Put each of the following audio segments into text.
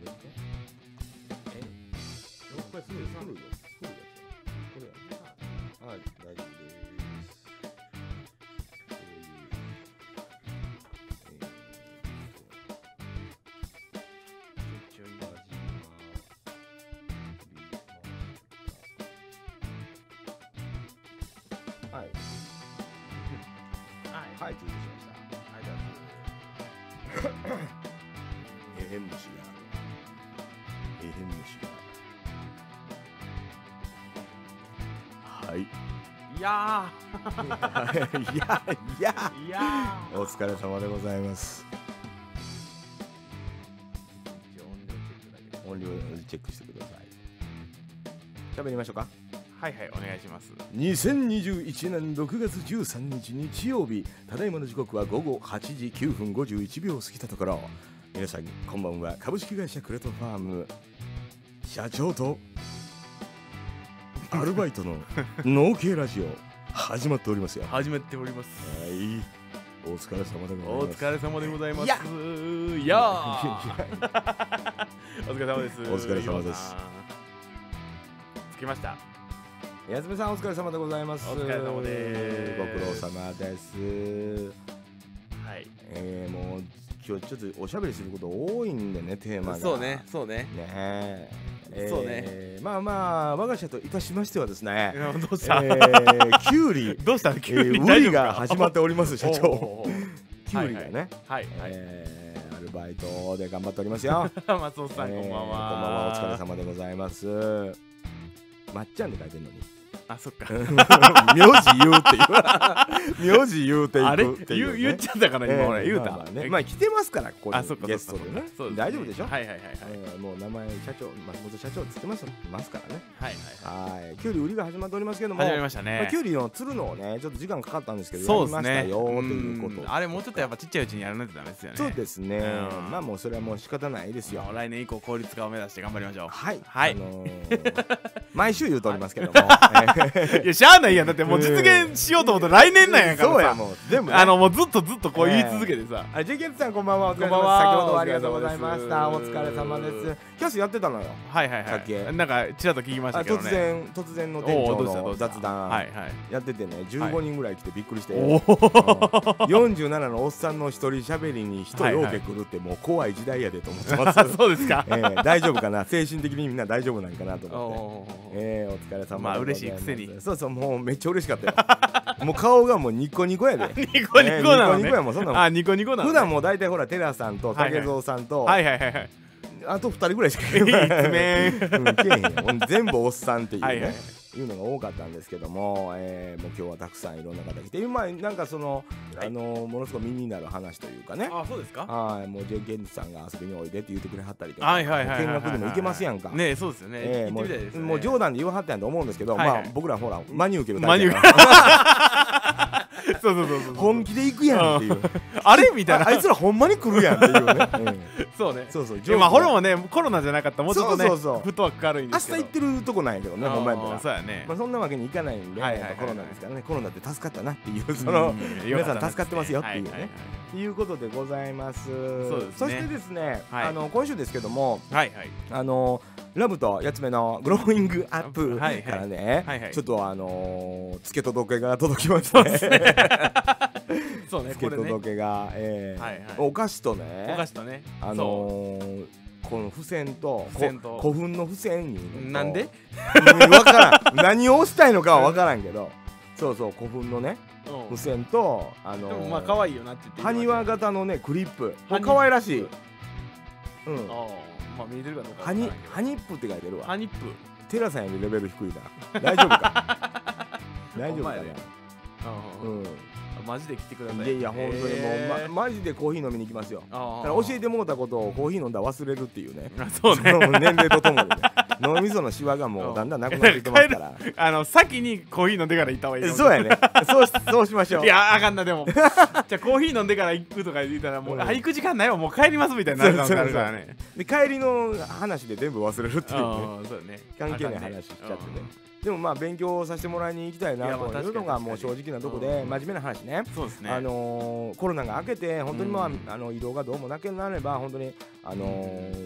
これすぐ古いよ。これや。はい、大丈夫です。はい。はい、通知しました。 ありがとうございます。 変虫が。変虫が。はい。 いやー。いやー。お疲れ様でございます。音量チェックしてください。喋りましょうか。 はいはい、お願いします。 2021年6月13日日曜日、ただいまの時刻は午後8時9分51秒を過ぎたところ。皆さんこんばんは。株式会社クレトファーム社長とアルバイトの農系ラジオ始まっておりますよ。 始まっております。 はい、お疲れ様でございます。 お疲れ様でございます。 いやいやお疲れ様です。 お疲れ様です。 着きました。 やつめさんお疲れ様でございます。 お疲れ様です。 ご苦労様です。 はい。 もう今日ちょっとおしゃべりすること多いんでね、テーマが。 そうね。 そうね。まあ我が社といたしましてはですね。 どうした？ キュウリ。 どうした？キュウリウリが始まっております社長。キュウリがね。 はい。 アルバイトで頑張っておりますよ。 松本さんこんばんは。 こんばんは、お疲れ様でございます。まっちゃんで書いてんのに。 あ、そっか。 名字言うっていう名字言うていくっていう、ね、 言っちゃったかな今俺言うた。 まあ来てますからここにゲストでね。大丈夫でしょ。 はい。 もう名前松本社長つってますからね。 はい。 キュウリ売りが始まっておりますけども。 始まりましたね。 キュウリの釣るのをねちょっと時間かかったんですけどそうですね。 やりましたよということ。 あれもうちょっとやっぱちっちゃいうちにやらないとダメですよね。 そうですね。まあもうそれはもう仕方ないですよ。 来年以降効率化を目指して頑張りましょう。 はい。 はい。 毎週言うとおりますけども。 いやしゃあないやん。だってもう実現しようと思ったら来年なんやからさ。 そうやもう全部もうずっとこう言い続けてさ。 ジェケットさんこんばんは。お疲れ様です。先ほどはありがとうございました。お疲れ様です。キャスやってたのよ。 はいさっきなんかちらっと聞きましたけどね。 突然の店長の雑談やっててね、15人ぐらい来てびっくりして、47のおっさんの一人喋りに人ようけ来るってもう怖い時代やでと思ってます。 そうですか。 大丈夫かな、精神的にみんな大丈夫なんかなと思って。お疲れ様。 まあ嬉しいくせに。 そうもうめっちゃ嬉しかったよ。もう顔がもうニコニコやで。 ニコニコなのね。 ニコニコやもんそんなもん。 あ、ニコニコなの。 普段もう大体ほらテラさんと竹蔵さんとあと2人ぐらいしかいいですね。 全部おっさんっていうねいうのが多かったんですけども、もう今日はたくさんいろんな方来て、今なんかそのものすごい身になる話というかね。 あ、そうですか。 もうジェイケンズさんが遊びにおいでって言ってくれはったりとか、見学でも行けますやんか。 ね、そうですよね。 もう冗談で言わはったんやと思うんですけど、まあ僕らほら真に受けるタイプ。そう本気で行くやんっていう。 あれみたいな。 あいつらほんまに来るやんっていうね。 そうね。 まあ、ホルもね、コロナじゃなかったらもうちょっとね、フットワーク軽いんですけど。 明日行ってるとこなんやけどね、ほんまやったら。 そうやね。 まあそんなわけにいかないんで、コロナですからね。コロナって助かったなっていう、その皆さん助かってますよっていうね。いうことでございます。そしてですね、今週ですけども、ラブとやつめのグローイングアップからね、ちょっと付け届けが届きましたね。 そうね、 付け届けがお菓子とね、この付箋と古墳の付箋いうなんで分からん、何をしたいのかは分からんけど、そう古墳のね付箋とでもまあ可愛いよなって言って、 埴輪型のねクリップ、可愛らしい。 まあ見えてるかどうか。 ハニップって書いてるわ。 ハニップ。 テラさんよりレベル低いな。大丈夫か。大丈夫かな。 マジで来てください。 いや本当にもうマジでコーヒー飲みに行きますよ。だから教えてもうたことをコーヒー飲んだら忘れるっていうね。 そうね。 年齢とともにね。脳みそのシワがもうだんだんなくなってきてますから。 先にコーヒー飲んでから行った方がいい。 そうやね。そうしましょう。 いやあかんなでも。じゃあコーヒー飲んでから行くとか言ったらもう行く時間ないわ、もう帰りますみたいになるからね。 で帰りの話で全部忘れるっていうね。 関係ない話しちゃってね。でもまあ勉強させてもらいに行きたいなというのがもう正直なとこで、真面目な話ね。 そうですね。 コロナが明けて本当にまあ移動がどうもなくなれば本当に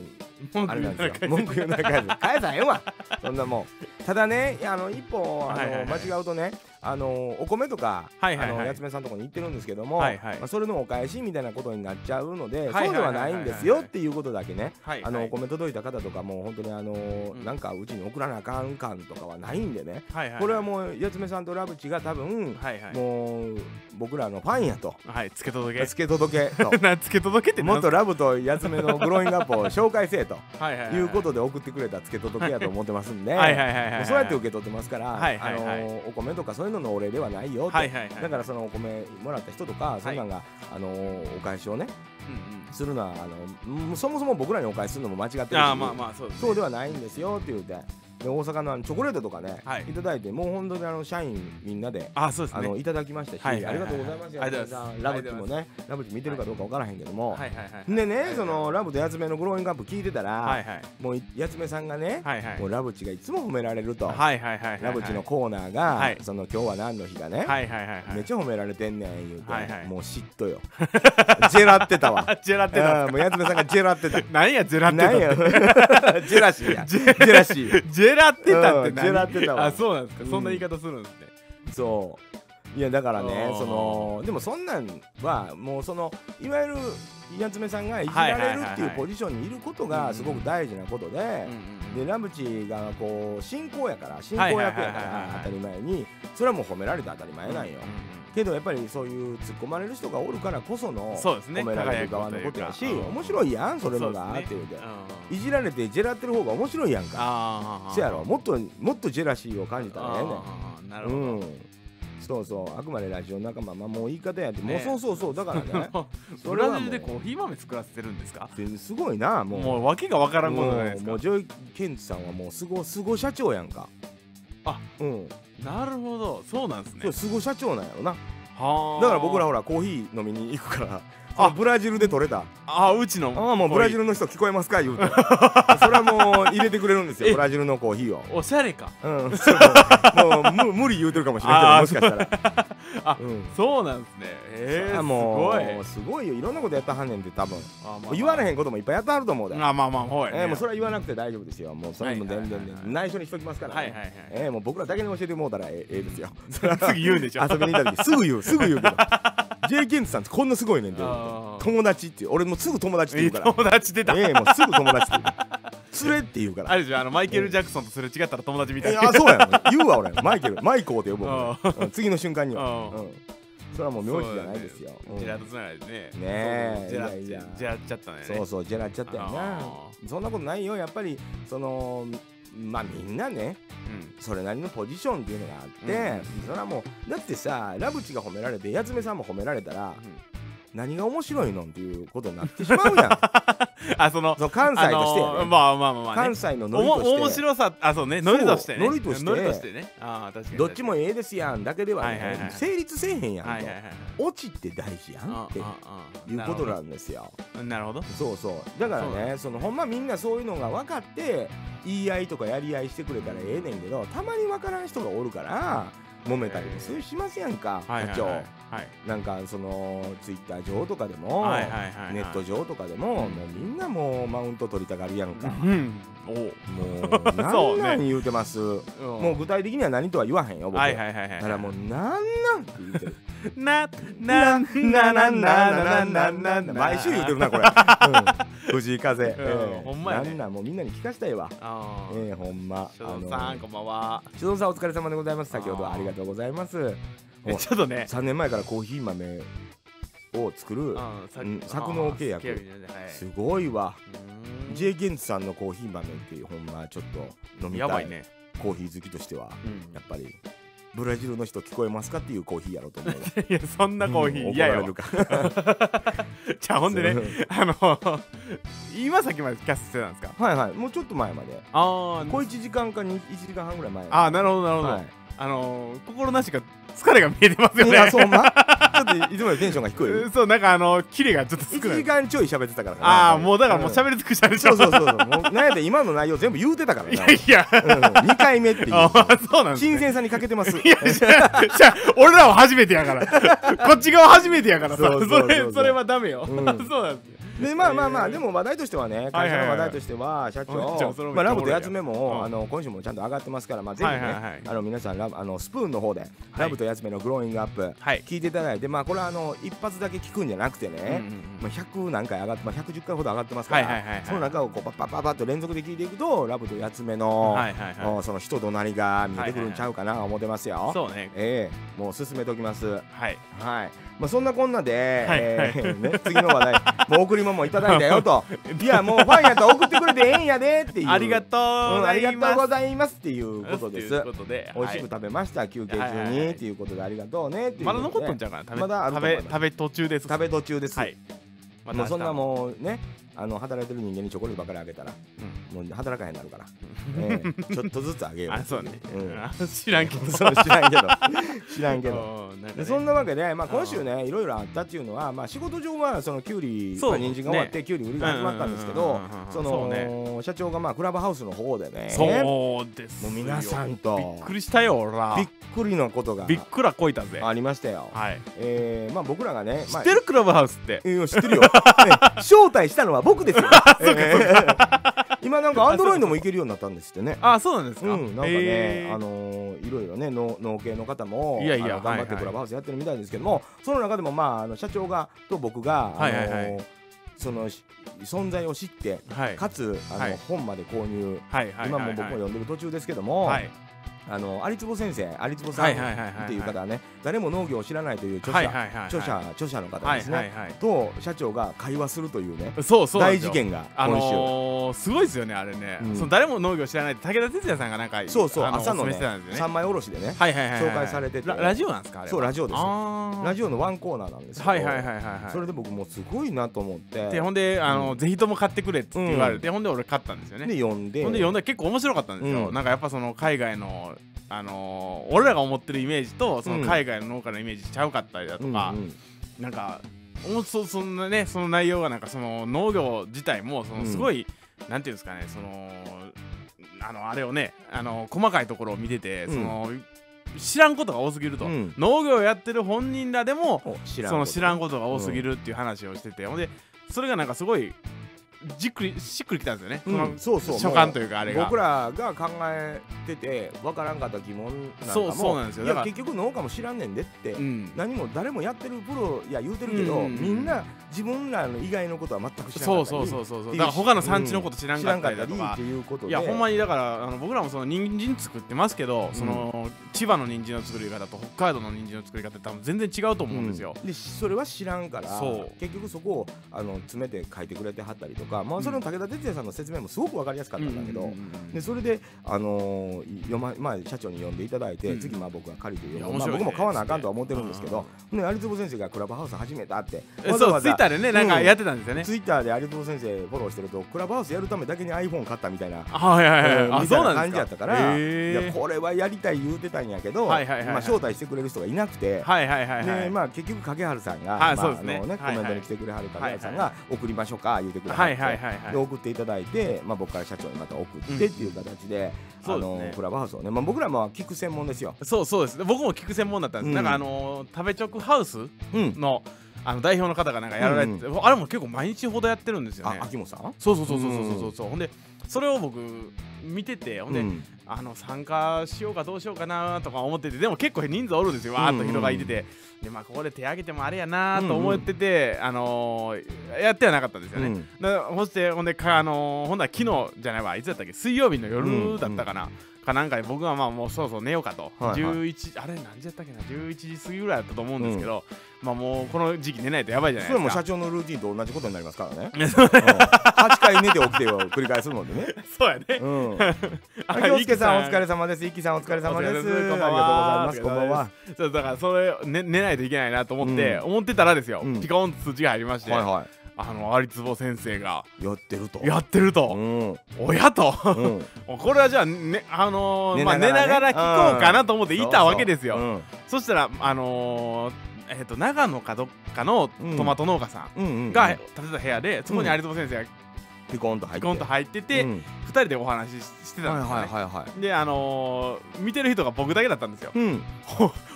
あれなんですよ。文句言うなら返せ。返さへんわ。そんなもん。ただね、一歩間違うとね、お米とかやつめさんとこに行ってるんですけども、それのお返しみたいなことになっちゃうので、そうではないんですよっていうことだけね、お米届いた方とかも本当になんかうちに送らなあかん感とかはないんでね、これはもうやつめさんとラブチが多分もう僕らのファンやと、 つけ届けつけ届けとつけ届けってもっとラブとやつめのグローイングアップを紹介せえということで送ってくれたつけ届けやと思ってますんで、そうやって受け取ってますから、お米とかそういうののお礼ではないよと。だからそのお米もらった人とかそんなんがお返しをねするのはそもそも僕らにお返しするのも間違ってるし、そうではないんですよって言うて。で大阪のチョコレートとかね、いただいてもう本当に社員みんなでいただきましたし、ありがとうございますよ。ラブチもね、ラブチ見てるかどうかわからへんけども、でね、そのラブとやつめのグローイングアップ聞いてたら、もうやつめさんがね、もうラブチがいつも褒められると、ラブチのコーナーがその今日は何の日がね、めっちゃ褒められてんねん言うて、もう嫉妬よ。ジェラってたわ。 ジェラってた。 もうやつめさんがジェラってた。 何やジェラってた。 ジェラシーや。ジェラシー。 ジェラってたって何？ ジェラってたわ。 あ、そうなんですか。そんな言い方するんですね。 そう。いやだからね、でもそんなんはもういわゆるやつめさんがいじられるっていうポジションにいることがすごく大事なことで、でラブチがこう進行役やから当たり前にそれはもう褒められて当たり前なんよ。けどやっぱりそういう突っ込まれる人がおるからこその褒められる側のことやし、面白いやんそれのがって言うて、いじられてジェラってる方が面白いやんか。そやろ、もっとジェラシーを感じたらええねん。 なるほど。 そうそう、あくまでラジオ仲間、もう言い方やって、もうそうだからね。 ブラジルでコーヒー豆作らせてるんですか？ すごいな、 もう訳がわからんことじゃないですか。 もうジョイケンツさんはもうすご社長やんか。 なるほど、そうなんですね。 すご社長なんやろな。だから僕らほらコーヒー飲みに行くから、ブラジルで取れた、 うちのもうブラジルの人聞こえますか言うて、それはもう入れてくれるんですよ、ブラジルのコーヒーを。 おしゃれか。 もう無理言うてるかもしれないけど、もしかしたら。 そうなんですね。 もうすごいよ、いろんなことやったはんねんで、多分言われへんこともいっぱいやってはると思うで。もうそれは言わなくて大丈夫ですよ。もうそれも全然内緒にしときますからね。もう僕らだけに教えてもうたらええですよ。 次言うんでしょ。 遊びに行った時すぐ言うけど、J ケンツさんってこんなすごいねんで、友達って俺もすぐ友達って言うから。 友達出た。 もうすぐ友達って言う。連れって言うから。 あれじゃマイケル・ジャクソンとすれ違ったら友達みたいな。 そうやん、言うわ俺、マイコーって呼ぶわ。次の瞬間には。それはもう名字じゃないですよ。 ジェラートつながりでね。 ねえ、 ジェラっちゃったね。 そうジェラっちゃったよな。そんなことないよ、やっぱりみんなね、それなりのポジションっていうのがあって、それはもうだってさ、ラブチが褒められてやつめさんも褒められたら何が面白いのっていうことになってしまうやん。関西としてやね。関西のノリとして面白さ、そうね、ノリとしてね。ノリとしてね。 どっちもええですやんだけではね成立せえへんやんと。オチって大事やんっていうことなんですよ。 なるほど。 そうだからね、ほんまみんなそういうのが分かって言い合いとかやり合いしてくれたらええねんけど、たまに分からん人がおるから揉めたりもしますやんか、課長。なんかツイッター上とかでもネット上とかでも、もうみんなもうマウント取りたがるやんか。もうなんなん言うてます。もう具体的には何とは言わへんよ僕。だからもうなんって言うてる。毎週言うてるなこれ。藤井風。もうみんなに聞かしたいわ。ほんま。 ショドンさんこんばんは。 ショドンさんお疲れ様でございます。先ほどはありがとうございます。 ちょっとね、 3年前からコーヒー豆を作る作農契約、すごいわ。J ケンツさんのコーヒー豆っていうほんまちょっと飲みたいコーヒー好きとしてはやっぱりブラジルの人聞こえますかっていうコーヒーやろうと思う。 いやそんなコーヒー嫌やわ。じゃあほんでね、今さっきまでキャスしてたんですか？ もうちょっと前まで。小1時間か1時間半ぐらい前。 なるほど。心なしか疲れが見えてますよね。 そうまちょっといつもよりテンションが低い。 そう、なんかキレがちょっと少ない。 1時間ちょい喋ってたからもうだからもう喋り尽くしたでしょ。 そうもうなんやで今の内容全部言うてたからな。 いや 2回目っていう。 そうなんです。 新鮮さに欠けてます。 いやじゃあ俺らは初めてやからこっち側初めてやからさ、それはダメよ。そうなんです。 でまあでも話題としてはね、会社の話題としては社長ラブとやつめも今週もちゃんと上がってますから、ぜひね皆さんスプーンの方でラブとやつめのグローイングアップ聞いていただいて、これは一発だけ聞くんじゃなくてね、100何回上がって110回ほど上がってますから、その中をこうパッと連続で聞いていくとラブとやつめのその人となりが見えてくるんちゃうかな思ってますよ。 そうね。 もう進めておきます。 はい。 そんなこんなで次の話題もう送り物いただいたよと、いやもうファンやったら送ってくれてええんやでっていう、 ありがとうありがとうございますっていうことです。美味しく食べました休憩中にっていうことでありがとうねっていう。 まだ残っとんちゃうかな。 まだ食べ途中です。 食べ途中です。 はい。 もうそんなもうね、働いてる人間にチョコレートばかりあげたらもう働かへんなるから、ちょっとずつあげよう。 あ、そうね。知らんけど知らんけどそんなわけで今週ねいろいろあったっていうのは、仕事上はそのキュウリ人参が終わってキュウリ売りが始まったんですけど、その社長がクラブハウスの方でね、 そうですもう皆さんとびっくりしたよ。俺らびっくりのことがびっくらこいたぜ。 ありましたよ。 はい。 僕らがね知ってるクラブハウスって。 知ってるよ。招待したのは僕ですよ。今なんかアンドロイドもいけるようになったんですってね。 あ、そうなんですか。 なんかねいろいろね農系の方も頑張ってクラブハウスやってるみたいですけども、その中でも社長がと僕がその存在を知ってかつ本まで購入、今も僕も読んでる途中ですけども、有坪先生、有坪さんっていう方はね、誰も農業を知らないという著者の方ですねと社長が会話するというね大事件が今週すごいですよね。あれね、誰も農業知らないって武田鉄矢さんがなんか朝のね3枚おろしでね紹介されてて、 ラジオなんですかあれ。 そうラジオです。ラジオのワンコーナーなんですけど、それで僕もすごいなと思って、 ほんでぜひとも買ってくれって言われて、ほんで俺買ったんですよね。 で読んで結構面白かったんですよ。なんかやっぱその海外の俺らが思ってるイメージとその海外の農家のイメージちゃうかったりだとか、なんかそんなね、その内容がなんかその農業自体もそのすごい、なんていうんですかね、そのあれをね細かいところを見てて、その知らんことが多すぎると、農業やってる本人らでもその知らんことが多すぎるっていう話をしてて、ほんでそれがなんかすごいしっくりきたんですよね。 そう所感というかあれが僕らが考えてて分からんかった疑問なんかも、 そうなんですよ。 いや結局農家も知らんねんでって、何も誰もやってるプロや言うてるけど、みんな自分らの以外のことは全く知らんかったり、 そうだから他の産地のこと知らんかったりだとかっていうことで、 いやほんまにだから僕らもその人参作ってますけど、その千葉の人参の作り方と北海道の人参の作り方って多分全然違うと思うんですよ。 でそれは知らんから結局そこを詰めて書いてくれてはったりとか、それの武田鉄矢さんの説明もすごく分かりやすかったんだけど、でそれで社長に呼んでいただいて、次僕が借りて読む、僕も買わなあかんとは思ってるんですけど、有坪先生がクラブハウス始めたってそうツイッターでねなんかやってたんですよね。 ツイッターで有坪先生フォローしてると、クラブハウスやるためだけに iPhone 買ったみたいなみたいな感じやったから、いやこれはやりたい言うてたんやけど、招待してくれる人がいなくて、で結局影原さんがコメントに来てくれはる影原さんが送りましょうか言うてくれはって送っていただいて、僕から社長にまた送ってっていう形でクラブハウスをね、僕らも聞く専門ですよ。 そうです。僕も聞く専門だったんです。なんか食べチョクハウスの代表の方がなんかやられてて、あれも結構毎日ほどやってるんですよね。 秋元さん。 そうほんでそれを僕見てて、ほんで参加しようかどうしようかなとか思ってて、でも結構人数おるんですよ。わーっと人がいてて、でここで手挙げてもあれやなと思ってて、やってはなかったんですよね。そしてほんでほんなら昨日じゃないわ、いつだったっけ、水曜日の夜だったかな、なんか僕はもうそろそろ寝ようかと、11あれ何時やったっけな、11時過ぎぐらいだったと思うんですけど、もうこの時期寝ないとやばいじゃないですか。 それも社長のルーティンと同じことになりますからね。8回寝て起きてを繰り返すのでね。 そうやね。 京介さんお疲れ様です。一輝さんお疲れ様です。ありがとうございます。こんばんは。 だからそれ寝ないといけないなと思ってたらですよ、ピカオンと通知が入りまして、有坪先生がやってると、 おやと、これはじゃあ寝ながら聞こうかなと思っていたわけですよ。そしたら長野かどっかのトマト農家さんが建てた部屋で、そこに有坪先生がピコンと入ってて、2人でお話ししてたんですよね。で見てる人が僕だけだったんですよ。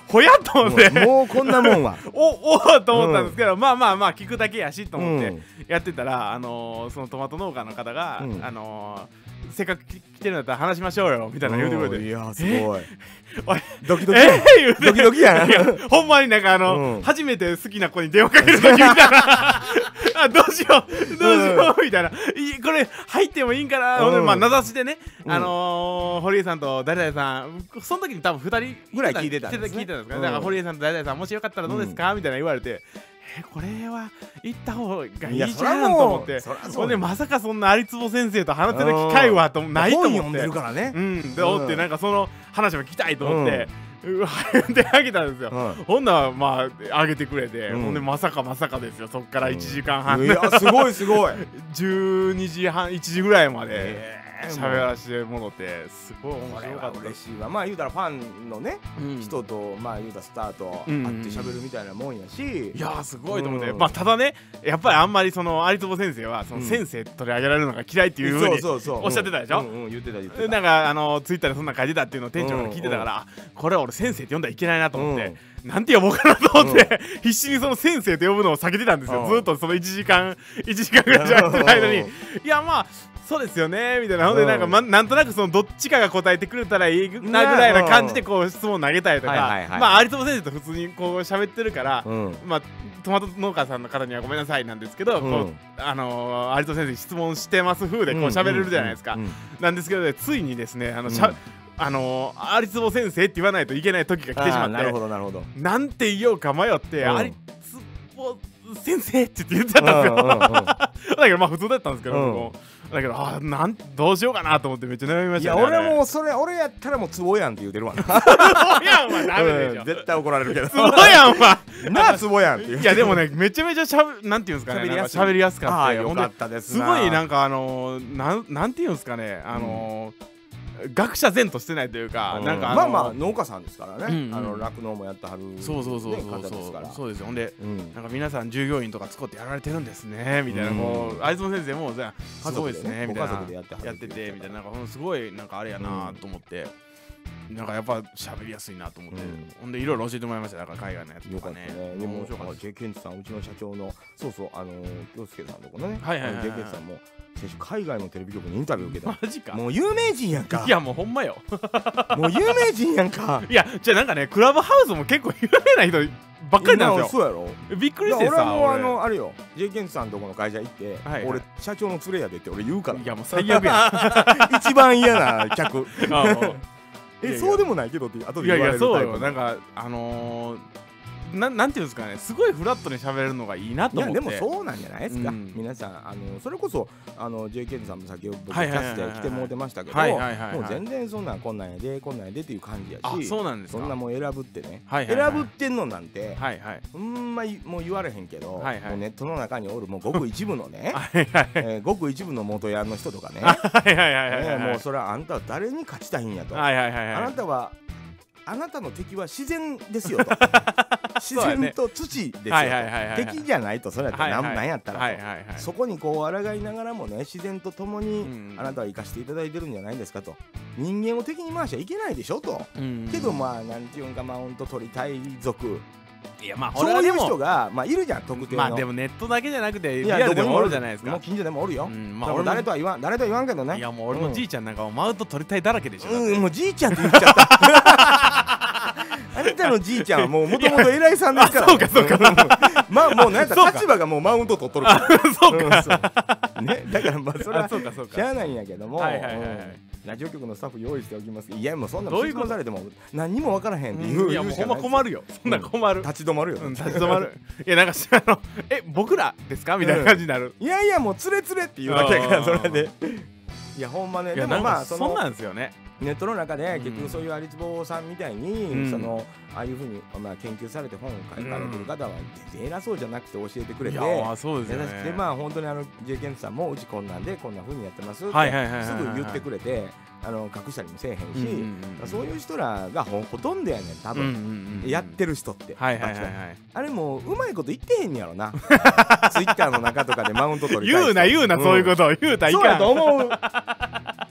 ほやっと思ってもうこんなもんはおと思ったんですけど、まあ聞くだけやしと思ってやってたら、そのトマト農家の方が、せっかく来てるんだったら話しましょうよみたいな言うてくれて、 いやすごいドキドキドキドキやなほんまになんか初めて好きな子に電話かける時みたいなあどうしようみたいな、これ入ってもいいんかな、まあ名指しでね、堀江さんと誰々さん、その時に多分2人ぐらい聞いてたんですか、だから堀江さんと誰々さんもしよかったらどうですかみたいな言われて、これは行った方がいいじゃんと思って、ほんでまさかそんな有坪先生と話せる機会はないと思って、 本読んでるからね、 でおってなんかその話も聞きたいと思って。であげたんですよ、ほんならまああげてくれて、ほんでまさかですよ、そっから1時間半、 いやすごいすごい 12時半1時ぐらいまで喋らせてもろて、すごい面白かった。 嬉しいわ。まあ言うたらファンのね人とまあ言うたらスターと会って喋るみたいなもんやし、 いやすごいと思って、まあただねやっぱりあんまりその有坪先生はその先生取り上げられるのが嫌いっていうふうにおっしゃってたでしょ。 言ってた。 なんかツイッターでそんな書いてたっていうのを店長から聞いてたから、これは俺先生って呼んだらいけないなと思って、なんて呼ぼうかなと思って必死にその先生と呼ぶのを避けてたんですよ。ずっとその1時間ぐらい喋ってる間に、いやまあそうですよねみたいな、ほんでなんかなんとなくそのどっちかが答えてくれたらいいなぐらいな感じでこう質問投げたりとか、まあ有坪先生と普通にこう喋ってるから、まあトマト農家さんの方にはごめんなさいなんですけど、こう有坪先生に質問してます風でこう喋れるじゃないですか。なんですけどついにですね有坪先生って言わないといけない時が来てしまって、 なるほどなるほど、 なんて言おうか迷って有坪先生って言っちゃったんですよ。だけどまあ普通だったんですけど、だけどどうしようかなと思ってめっちゃ悩みましたね。 いや俺も俺やったらもうツボやんって言うてるわな。 ツボやんはダメでしょ、 絶対怒られるけど。 ツボやんはなあツボやんっていう。 いやでもねめちゃめちゃなんていうんですかね、喋りやすかった。 よかったです。 すごいなんかなんていうんですかね、学者前としてないというか、なんかまあ農家さんですからね、酪農もやってはるそうですよ。ほんでなんか皆さん従業員とか使ってやられてるんですねみたいな、もう有坪先生もすごいですねみたいな、やっててみたいな、なんかすごいなんかあれやなと思って、なんかやっぱ喋りやすいなと思って、ほんでいろいろ教えてもらいました。だから海外のやつとかね。 でも面白かった。J ケンツさん、うちの社長の京介さんとこのね、J ケンツさんも先週海外のテレビ局にインタビュー受けた。 マジか。 もう有名人やんか。 いやもうほんまよ。 もう有名人やんか。 いやじゃあなんかね、クラブハウスも結構有名な人ばっかりなんですよ。 そうやろ。 びっくりしてさ。 俺もあれよ、 J ケンツさんとこの会社行って、俺社長の連れやでって俺言うから。 いやもう最悪や。 一番嫌な客。そうでもないけどって後で言われるタイプ。 いやそうよ。なんかなんていうんですかね、すごいフラットに喋るのがいいなと思って。 いやでもそうなんじゃないですか、皆さんそれこそJ ケンさんも先ほどキャスで来てもらってましたけど、もう全然そんなんこんなんやでっていう感じやし、 そうなんですか。 そんなもう選ぶってね、選ぶってんのなんてほんまもう言われへんけど、もうネットの中におるもうごく一部のねごく一部の元ヤンの人とかね、もうそれはあんたは誰に勝ちたいんやと、あなたの敵は自然ですよと。自然と土ですよと。敵じゃないと、それやったら何やったらと。そこにこう抗いながらもね、自然と共にあなたは生かしていただいてるんじゃないですかと。人間を敵に回しちゃいけないでしょと。けどまあなんていうんか、マウント取りたい族、 いやまあそういう人がいるじゃん、特定の。 まあでもネットだけじゃなくてリアルでもおるじゃないですか。 もう近所でもおるよ。誰とは言わんけどね。 いやもう俺もじいちゃんなんかマウント取りたいだらけでしょ。 もうじいちゃんって言っちゃった。あなたのじいちゃんはもうもともと偉いさんですから。 そうか。 まあもうなんか立場がもうマウント取っとるから。 そうか。 ね、だからまあそれはしゃあないんやけども、ラジオ局のスタッフ用意しておきます。いやもうそんな質問されても何にも分からへんっていう。 いやもうほんま困るよ。そんな困る。 立ち止まるよ。 立ち止まる。いやなんか僕らですかみたいな感じになる。 いやいやもうつれっていうだけやからそれで。いやほんまね。でもまあそんなんですよね。 ネットの中で結局そういう有坪さんみたいにああいうふうに研究されて本を書かれてる方は全然偉そうじゃなくて教えてくれて、優しくて、まあ本当にJ ケンさんもうちこんなんでこんなふうにやってますってすぐ言ってくれて、隠したりもせえへんし、そういう人らがほとんどやねん多分、やってる人って。あれもうまいこと言ってへんやろな。ツイッターの中とかでマウント取りたい人。 言うなそういうこと言うたらいかん。 そうやと思う。い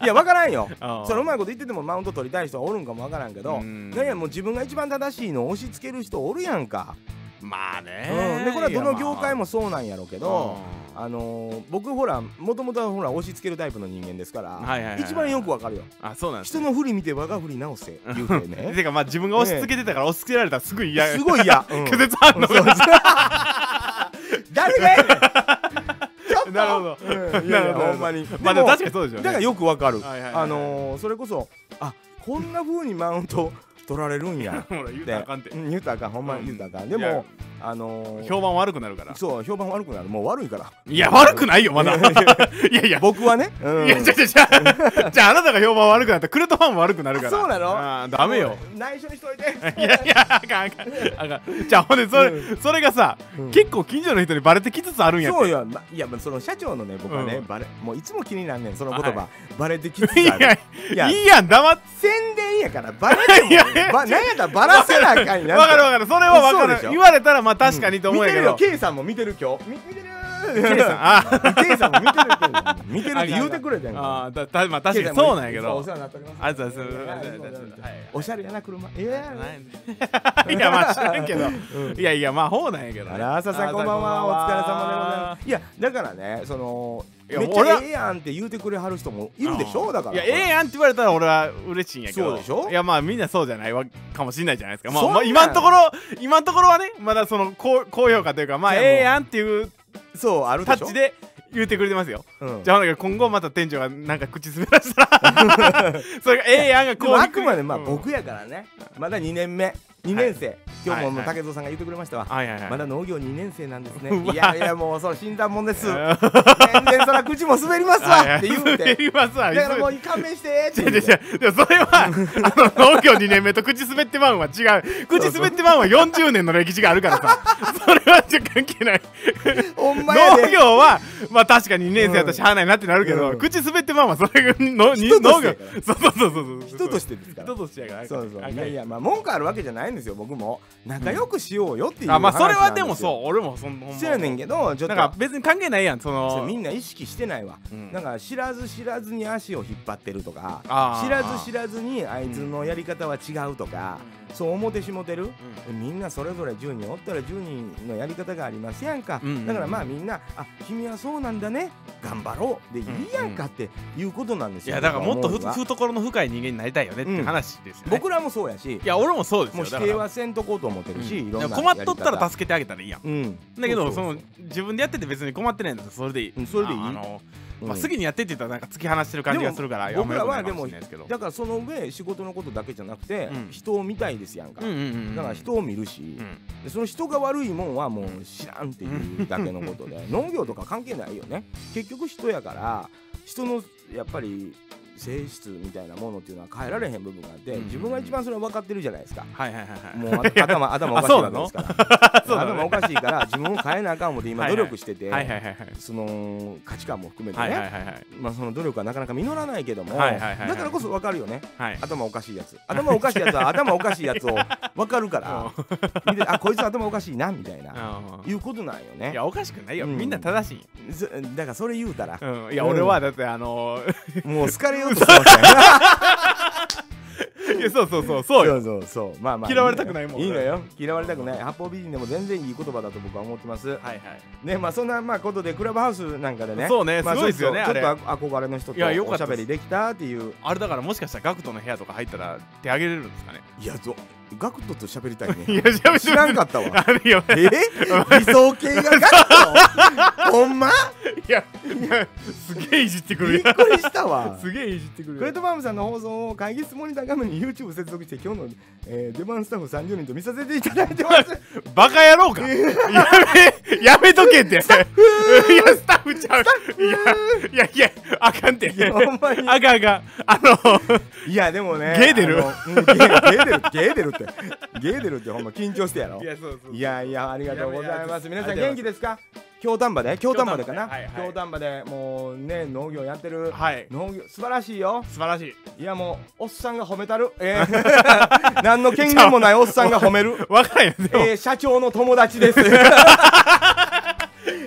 いや分からんよそのうまいこと言っててもマウント取りたい人はおるんかも分からんけどなんやもう自分が一番正しいのを押し付ける人おるやんか。 まあねでこれはどの業界もそうなんやろうけど僕ほらもともとはほら押し付けるタイプの人間ですから一番よくわかるよ。 あ、そうなんです。 人の振り見て我が振り直せ言うてね。 てかまあ自分が押し付けてたから押し付けられたらすごい嫌。 すごい嫌。 拒絶反応が。 誰がやねん。 なるほど。 いやいやほんまに。 まあでも確かにそうでしょうね。 だからよくわかる。それこそこんな風にマウント取られるんや。 ほら言うたらあかんって。 言うたらあかんほんま言うたらあかん。でも評判悪くなるから。 そう評判悪くなる。もう悪いから。 いや悪くないよまだ。いやいや僕はね。 いやじゃああなたが評判悪くなったらクレトファンも悪くなるから。 そうなの？ ダメよ。 内緒にしといて。 いやいやあかんあかん。じゃあほんでそれがさ結構近所の人にバレてきつつあるんやって。 そうよ。いやその社長のね僕はねもういつも気になんねんその言葉バレてきつつある。 いやいいやん黙って宣伝やからバレてもなんやったらバラせなあかんやん。 わかるわかるそれはわかる。言われたらまあ確かにと思う。 見てるよ、ケイさんも見てる今日。見てるケイさんも見てるけど見てるって言うてくれてんまあ確かにそうなんやけど。 お世話になっております。 ありがとうございます。 おしゃれやな車。いやまあ知らんけど。いやいやまあほうなんやけど。 朝さんこんばんは。お疲れ様でございます。いやだからねそのめっちゃええやんって言うてくれはる人もいるでしょ。だからいやええやんって言われたら俺は嬉しいんやけど。 そうでしょ。 いやまあみんなそうじゃないかもしれないじゃないですか。まあ今のところはねまだその高評価というかまあええやんっていうそうあるタッチで言うてくれてますよ。じゃあ今後また店長がなんか口滑らしたらそれがええやんがこうあくまでまあ僕やからねまだ2年目2年生今日も竹蔵さんが言ってくれましたわ。まだ農業2年生なんですね。いやいやもうその診断もんです。全然そら口も滑りますわって言うて。だからもう勘弁してって。 でもそれは農業2年目と口滑ってまんは違う。口滑ってまんは40年の歴史があるからさそれは関係ない。農業はまあ確かに2年生やったらしゃあないなってなるけど口滑ってまんはそれが農業そう人としてですから。 人としてやから。 そうそういやいやまあ文句あるわけじゃないんですよ。僕も仲良くしようよっていう話まあそれはでもそう俺もそんなそうやねんけどちょっとなんか別に関係ないやんそのみんな意識してないわ。なんか知らず知らずに足を引っ張ってるとか知らず知らずにあいつのやり方は違うとかそう思ってしもてる。みんなそれぞれ10人おったら10人のやり方がありますやんか。だからまあみんな君はそうなんだね頑張ろうでいいやんかっていうことなんですよ。 いやだからもっと懐の深い人間になりたいよねって話ですよね。 僕らもそうやしいや俺もそうですよ。 もう否定はせんとこうと思ってるし困っとったら助けてあげたらいいやん。だけどその自分でやってて別に困ってないんだったらそれでいい。 それでいい。 まあ好きにやってって言ったらなんか突き放してる感じがするから僕らはでもだからその上仕事のことだけじゃなくて人を見たいですやんか。だから人を見るしその人が悪いもんはもう知らんっていうだけのことで農業とか関係ないよね。結局人やから人のやっぱり性質みたいなものっていうのは変えられへん部分があって自分が一番それは分かってるじゃないですか。もう頭おかしいわけですから頭おかしいから自分を変えなあかん思って今努力しててその価値観も含めてねまあその努力はなかなか実らないけどもだからこそ分かるよね。頭おかしいやつ頭おかしいやつは頭おかしいやつを分かるから見てこいつ頭おかしいなみたいないうことなんよね。 いやおかしくないよみんな正しい。 だからそれ言うたらいや俺はだってもう好かれようとしてましたよ。 いやそうまあ嫌われたくないもんいいのよ嫌われたくない八方美人でも全然いい言葉だと僕は思ってます。ねまあそんなまあことでクラブハウスなんかでねそうねすごいですよねちょっと憧れの人とおしゃべりできたっていうあれだからもしかしたらガクトの部屋とか入ったら手あげれるんですかね。 いやガクトと喋りたいね。 いや知らんかったわ。理想系がガクトほんま。 いやすげえいじってくる。 びっくりしたわ。 すげえいじってくる。 クレートファームさんの放送を会議室モニター画面に YouTube 接続して今日の出番スタッフ30人と見させていただいてます。 バカ野郎か。やめとけって。いやスタッフちゃう。いやあかんって。あかんいやでもねゲー出るゲー出るってほんま緊張してやろ。いやありがとうございます。皆さん元気ですか。京丹波でかな。京丹波でもうね農業やってる農業素晴らしいよ。 素晴らしい。 いやもうおっさんが褒めたる何の権限もないおっさんが褒めるわかんないよ。 社長の友達です。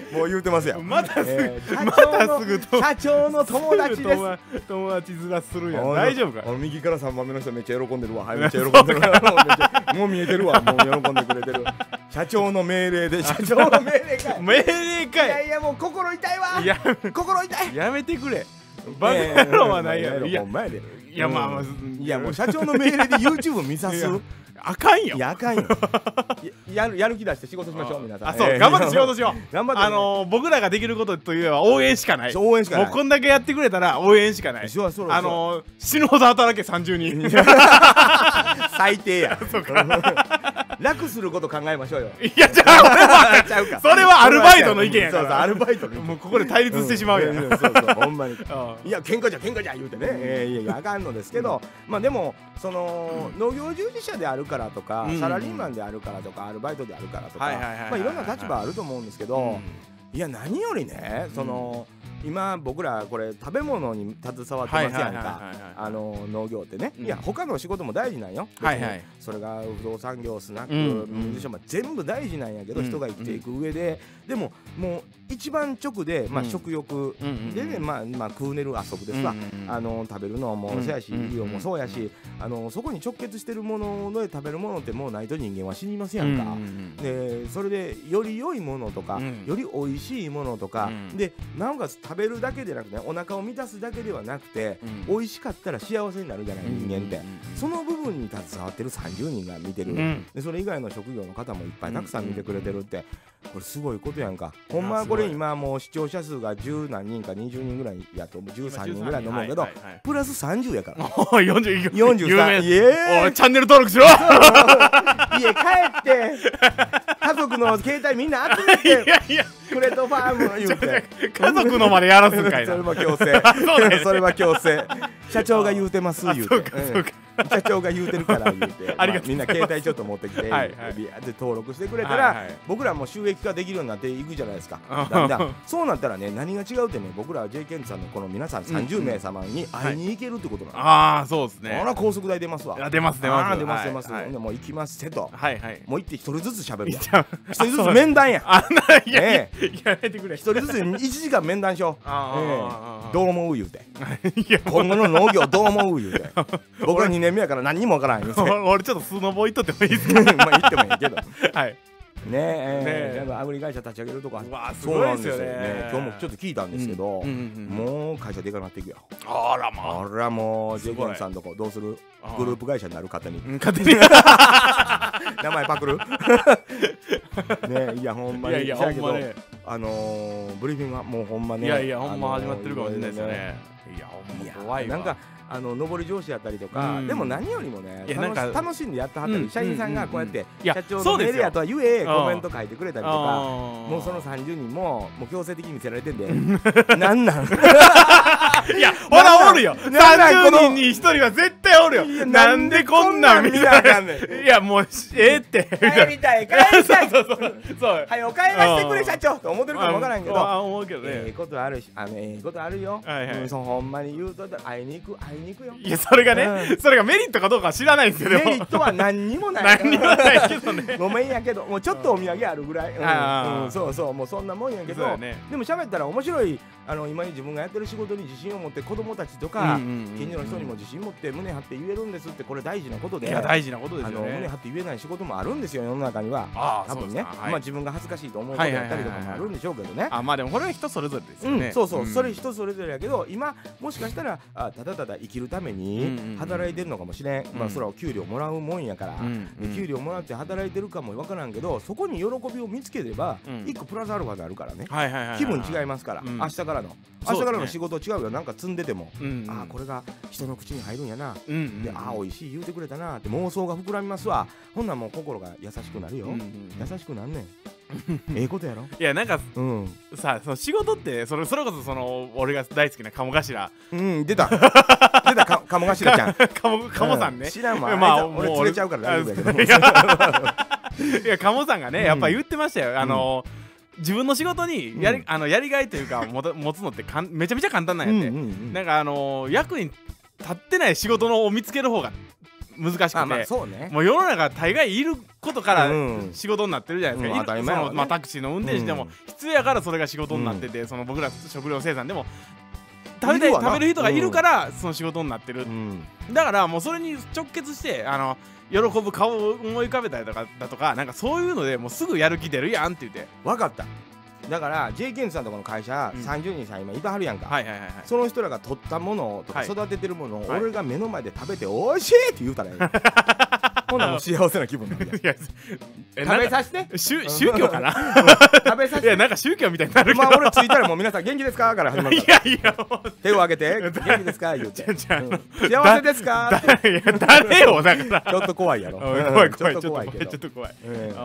もう言うてますやん。 またすぐ社長の友達です。 友達面するやん。大丈夫か。 右から3番目の人めっちゃ喜んでるわ。はい、めっちゃ喜んでるわ。もう見えてるわ。もう喜んでくれてる。社長の命令で、社長の命令かい。 命令かい。 いやいや、もう心痛いわ。心痛い。 やめてくれ。バカ野郎はないやろ。 いや、まあいやもう社長の命令で YouTube 見さす。 あかんよ。 いや、あかんよ。やる気出して仕事しましょう、皆さん。 そう、頑張って仕事しよう。 頑張って。 僕らができることといえば応援しかない。 応援しかない。 もうこんだけやってくれたら応援しかない。死ぬほど働け30人。 最低や。楽すること考えましょうよ。 いや、じゃあそれはアルバイトの意見やから。 そうそう、アルバイトの。 もうここで対立してしまうやん。 そうそう、ほんまに。いや、喧嘩じゃ言うてね。いや、あかんのですけど、まあでもその農業従事者であるからとか、サラリーマンであるからとか、アルバイトであるからとか、まあいろんな立場あると思うんですけど、いや、何よりね、その今僕らこれ食べ物に携わってますやんか、農業ってね。いや、他の仕事も大事なんよ。それが不動産業、スナック、水商売全部大事なんやけど、人が生きていく上で、でももう一番直で、まあ食欲でね、まあ食うねる遊ぶですわ。食べるのもそうやし、医療もそうやし、そこに直結してるもので食べるものってもうないと人間は死にますやんか。でそれでより良いものとか、より美味しいものとかで、なおかつ食べるだけでなくて、お腹を満たすだけではなくて、美味しかったら幸せになるじゃない、人間って。その部分に携わってる30人が見てる。でそれ以外の職業の方もいっぱいたくさん見てくれてるって、これすごいことやんか。ほんまはこれ今もう視聴者数が10何人か20人ぐらいやと13人ぐらいと思うけど、プラス30やから。43。 おい、チャンネル登録しろ。 家帰って家族の携帯みんな集めてクレトファーム言うて、 家族のまでやらすんかいな。 それは強制。それは強制。社長が言うてます言うて、社長が言うてるから言うて、みんな携帯ちょっと持ってきてビャーって登録してくれたら、僕らも収益化できるようになっていくじゃないですか。だんだんそうなったらね、何が違うってね、僕らは J ケンさんのこの皆さん30名様に会いに行けるってことなんです。 ああ、そうですね。 ほら高速代出ますわ。出ます。もう行きますせと。もう行って一人ずつ喋る。一人ずつ面談や。 やめてくれ。 一人ずつ1時間面談しよう。どう思う言うて。今後の農業どう思う言うて。僕は2年目やから何にもわからん言うて。 俺ちょっとスノボ行っとってもいいですか。 まあ行ってもいいけど。 はい。 ねえ、アグリ会社立ち上げるとか。 そうなんですよね。 今日もちょっと聞いたんですけど、もう会社でかくなっていくよ。 あらまあ。 あらもう J ケンさんとこどうする？グループ会社になる方に。名前パクる？ね、いやほんまに。 いやほんまね。 ブリーフィングはもうほんまね。 いやほんま始まってるかもしれないですね。いやほんま怖いわ。 なんか上り上司やったりとか、でも何よりもね、楽しんでやってはったり、社員さんがこうやって社長の命令やとはゆえコメント書いてくれたりとか、もうその30人も強制的に見せられてんで、なんなん？ いやほらおるよ。30人に1人は絶対おるよ。なんでこんなん見なあかんねん。いやもうって帰りたい。 そうはいお帰らせてくれ社長と思ってるかもわからんけど。 思うけどね。 ことあるし、ことあるよ。ほんまに言うと会いに行くよ。 いやそれがね、それがメリットかどうかは知らないんですよ。 メリットは何にもない。 何にもないけどね。 ごめんやけど、もうちょっとお土産あるぐらい。そうもうそんなもんやけど、でも喋ったら面白い。今に自分がやってる仕事に自信を持って子供たちとか近所の人にも自信持って胸張って言えるんですって、これ大事なことで。 いや大事なことですよね。 胸張って言えない仕事もあるんですよ、世の中には。多分ね、まあ自分が恥ずかしいと思うことやったりとかもあるんでしょうけどね。 まあでもこれは人それぞれですよね。 それ人それぞれやけど、今もしかしたらただただ生きるために働いてるのかもしれん。まあそれは給料もらうもんやから、給料もらって働いてるかもわからんけど、そこに喜びを見つければ一個プラスアルファになるからね。気分違いますから、明日からの仕事違うよ。なんか積んでても、これが人の口に入るんやな、で美味しい言うてくれたなって妄想が膨らみますわ。ほんならもう心が優しくなるよ。優しくなんねん。ええことやろ。 いやなんかさ、その仕事ってそれこそその俺が大好きな鴨頭。 出た鴨頭ちゃん。 鴨さんね。 知らんわ。まあ俺連れちゃうから大丈夫やけど。いや鴨さんがねやっぱ言ってましたよ。自分の仕事にやりがいというか持つのってめちゃめちゃ簡単なんやって。なんか役に立ってない仕事を見つける方が難しくて、もう世の中大概いることから仕事になってるじゃないですか。タクシーの運転手でも必要やからそれが仕事になってて、その僕ら食料生産でも食べる人がいるからその仕事になってる。だからもうそれに直結して喜ぶ顔を思い浮かべたりとかだとか、なんかそういうのでもうすぐやる気出るやんって言って。 分かった。だから J ケンさんとこの会社30人さん今いっぱいあるやんか。その人らが取ったものとか育ててるものを俺が目の前で食べておいしいって言うたらいい。ほんならもう幸せな気分になるやん。食べさせて。 宗教かな。 食べさせて。 いやなんか宗教みたいになるけど。 俺着いたらもう皆さん元気ですかから始まる。いやいや手を挙げて元気ですか言うて。幸せですか。 誰よだから。 ちょっと怖いやろ。 怖い怖いちょっと怖いけど。 ちょっと怖い。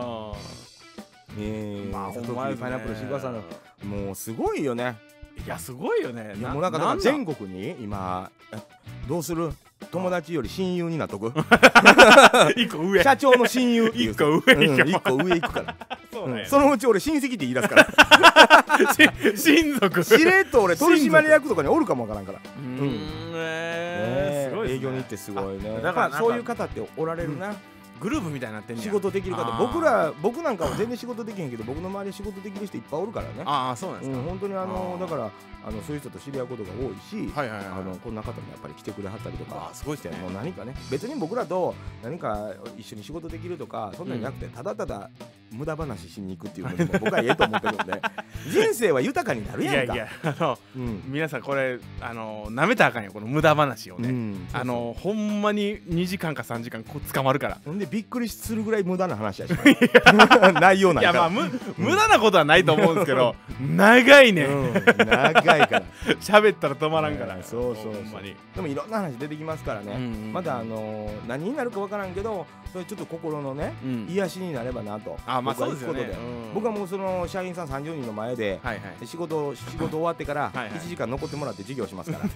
まあほんまにパイナップルシークワーサーのもうすごいよね。 いやすごいよね。 もうなんか全国に今どうする友達より親友になっとく。 一個上。 社長の親友。 一個上。 一個上行くから。そのうち俺親戚って言い出すから。 親族。 しれっと俺取締役とかにおるかもわからんから。 すごい。 営業に行ってすごいね。だからそういう方っておられるな。 グループみたいになってんねや。 仕事できる方、僕なんかは全然仕事できへんけど、僕の周りで仕事できる人いっぱいおるからね。 ああそうなんですか。 本当にだからそういう人と知り合うことが多いし、こんな方もやっぱり来てくれはったりとか、 すごいですね。 もう何かね、別に僕らと何か一緒に仕事できるとかそんなんじゃなくて、ただただ無駄話しに行くっていうのも僕はええと思ってるんで、人生は豊かになるやんか。 いやいや皆さんこれなめたらあかんよこの無駄話をね。ほんまに2時間か3時間捕まるから。 ほんでびっくりするぐらい無駄な話やし。内容なんか。 いやまあ無駄なことはないと思うんですけど、長いね。 長いから。 喋ったら止まらんから。 そうそう。でもいろんな話出てきますからね。まだ何になるかわからんけど、それちょっと心のね癒しになればなと。 まあそうですよね。 僕はもうその社員さん30人の前で仕事終わってから1時間残ってもらって授業しますから。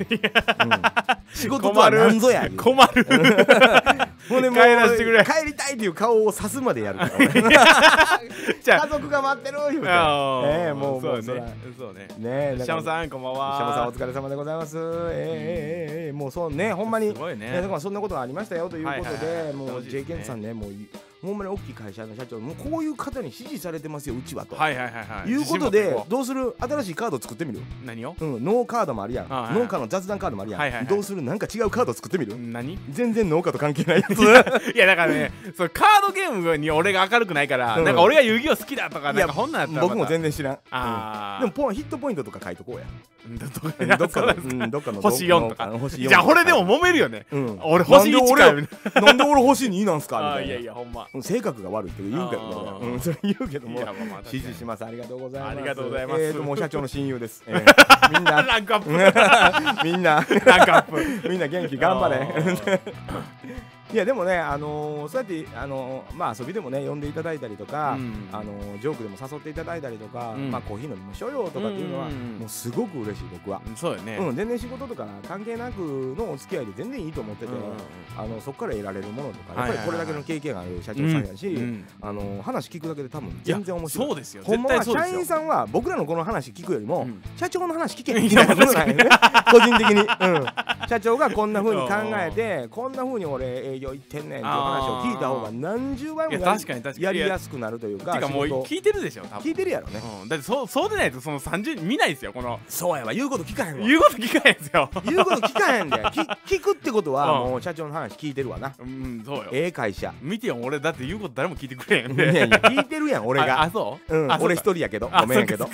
仕事とは何ぞや。 困る。 もうね、帰らせてくれ。帰りたいっていう顔をさすまでやるから。家族が待ってる言うて。もうそうね。 ね、シャムさんこんばんは。 シャムさんお疲れ様でございます。もうそうね、ほんまにだからそんなことがありましたよということで、もう J ケンさんね、もうほんまに大きい会社の社長、もうこういう方に支持されてますようちはと。いうことで、どうする？新しいカード作ってみる？ 何を？ 農カードもあるやん。農家の雑談カードもあるやん。どうする？なんか違うカード作ってみる？ 何？ 全然農家と関係ないやつ。 いやだからね、そのカードゲームに俺が明るくないから、なんか俺が遊戯王好きだとかなんかほんなんやったら僕も全然知らん。でもヒットポイントとか書いとこうや。どっかの星4とか。じゃあ俺でも揉めるよね。俺星1か。 なんで俺星2なんすかみたいな。 いやいやほんま。 性格が悪いって言うけどね。それ言うけども支持します。ありがとうございます。 ありがとうございます。 もう社長の親友です。みんなランクアップ。 みんなランクアップ。みんな元気頑張れ。いやでもね、そうやってまあ遊びでもね呼んでいただいたりとか、ジョークでも誘っていただいたりとか、まあコーヒー飲みましょうよとかっていうのはもうすごく嬉しい僕は。 そうよね。 全然仕事とか関係なくのお付き合いで全然いいと思ってて、そこから得られるものとか、やっぱりこれだけの経験がある社長さんやし、話聞くだけで多分全然面白い。 そうですよ。 ほんまは社員さんは僕らのこの話聞くよりも社長の話聞けみたいなことなんよね。個人的に。社長がこんな風に考えて、こんな風に俺営業行ってんねんっていう話を聞いた方が何十倍もやりやすくなるというか。 てかもう聞いてるでしょ。 聞いてるやろね。 だってそうでないとその30人見ないですよこの。 そうやわ、言うこと聞かへんわ。 言うこと聞かへんですよ。 言うこと聞かへんで。聞くってことはもう社長の話聞いてるわな。 そうよ。 会社見てよ、俺だって言うこと誰も聞いてくれへん。 いやいや聞いてるやん俺が。 あそう？ 俺一人やけどごめんやけど。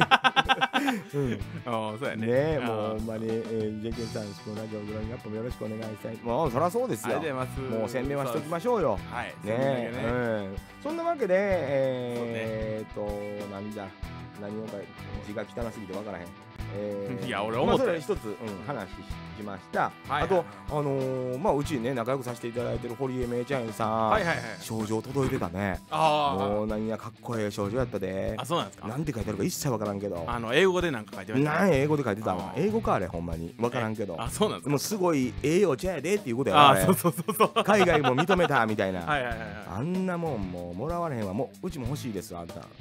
そうやね。 ね、もうほんまに J ケンさんこのラジオグランアップもよろしくお願いしたい。もうそりゃそうですよ。もう宣伝はしときましょうよ。ね、そんなわけでなんだ何をか字が汚すぎてわからへん。 いや俺思った。 それ一つ話しました。あとまあうちにね仲良くさせていただいてる堀江芽衣ちゃんさん、賞状届いてたね。もう何やかっこええ賞状やったで。 あ、そうなんですか。 なんて書いてあるか一切わからんけど。 英語でなんか書いてました。 なん英語で書いてたわ。英語かあれほんまにわからんけど。 あ、そうなんですか。 もうすごいええお茶やでっていうことやね。 そう海外も認めたみたいな。 はい。 あんなもんもうもらわれへんわ。もううちも欲しいですあんた。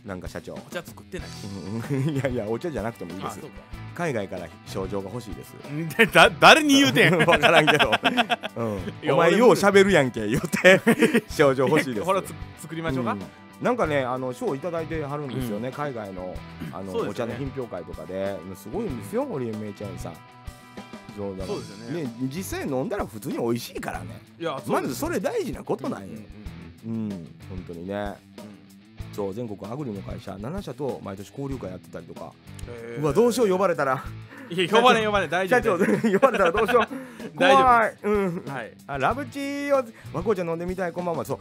なんか社長。お茶作ってない。 いやいや、お茶じゃなくてもいいです。海外から症状が欲しいです。 誰に言うてん。 分からんけど、お前よう喋るやんけ言って症状欲しいです。 ほら作りましょうか。 なんかね、賞いただいてはるんですよね、海外のお茶の品評会とかですごいんですよ、堀江芽衣ちゃんさん。そうですよね。実際飲んだら普通に美味しいからね。まずそれ大事なことなんよ。本当にね。そう、全国アグリの会社7社と毎年交流会やってたりとか。うわ、どうしよう、呼ばれたら。 いや、呼ばれ大丈夫。 社長呼ばれたらどうしよう。怖い。ラブチを和紅茶飲んでみたい。こんばんは。そう、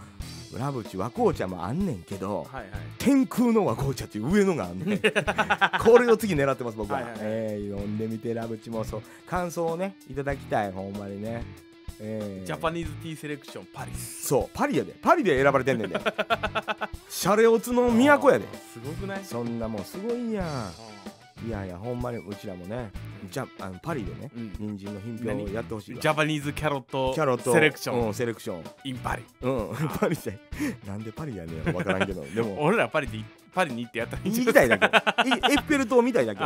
ラブチ和紅茶もあんねんけど、天空の和紅茶っていう上のがあんねん。これを次狙ってます僕は。飲んでみて、ラブチもそう、感想をねいただきたい、ほんまにね。 ジャパニーズティーセレクションパリス。 そう、パリやで、パリで選ばれてんねんで。シャレオツの都やで。 すごくない？ そんなもんすごいやん。いやいや、ほんまにうちらもね、パリでね、人参の品評をやってほしい。 ジャパニーズキャロットセレクション。 セレクションインパリ。 パリでなんでパリやねん分からんけど、でも俺らパリに行ってやったらいいんじゃない？ 行きたいだけ。エッフェル塔みたいだけ。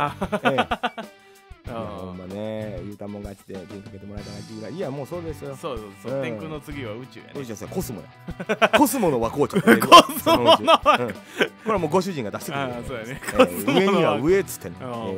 ほんまね、言うたもん勝ちで手にかけてもらえたらぐらい。いや、もうそうですよ。 そうそう、天空の次は宇宙やね。 宇宙ですよ、コスモや。コスモの和紅茶。 コスモのこれはもうご主人が出してくれる。 そうやね。 上には上っつってんの。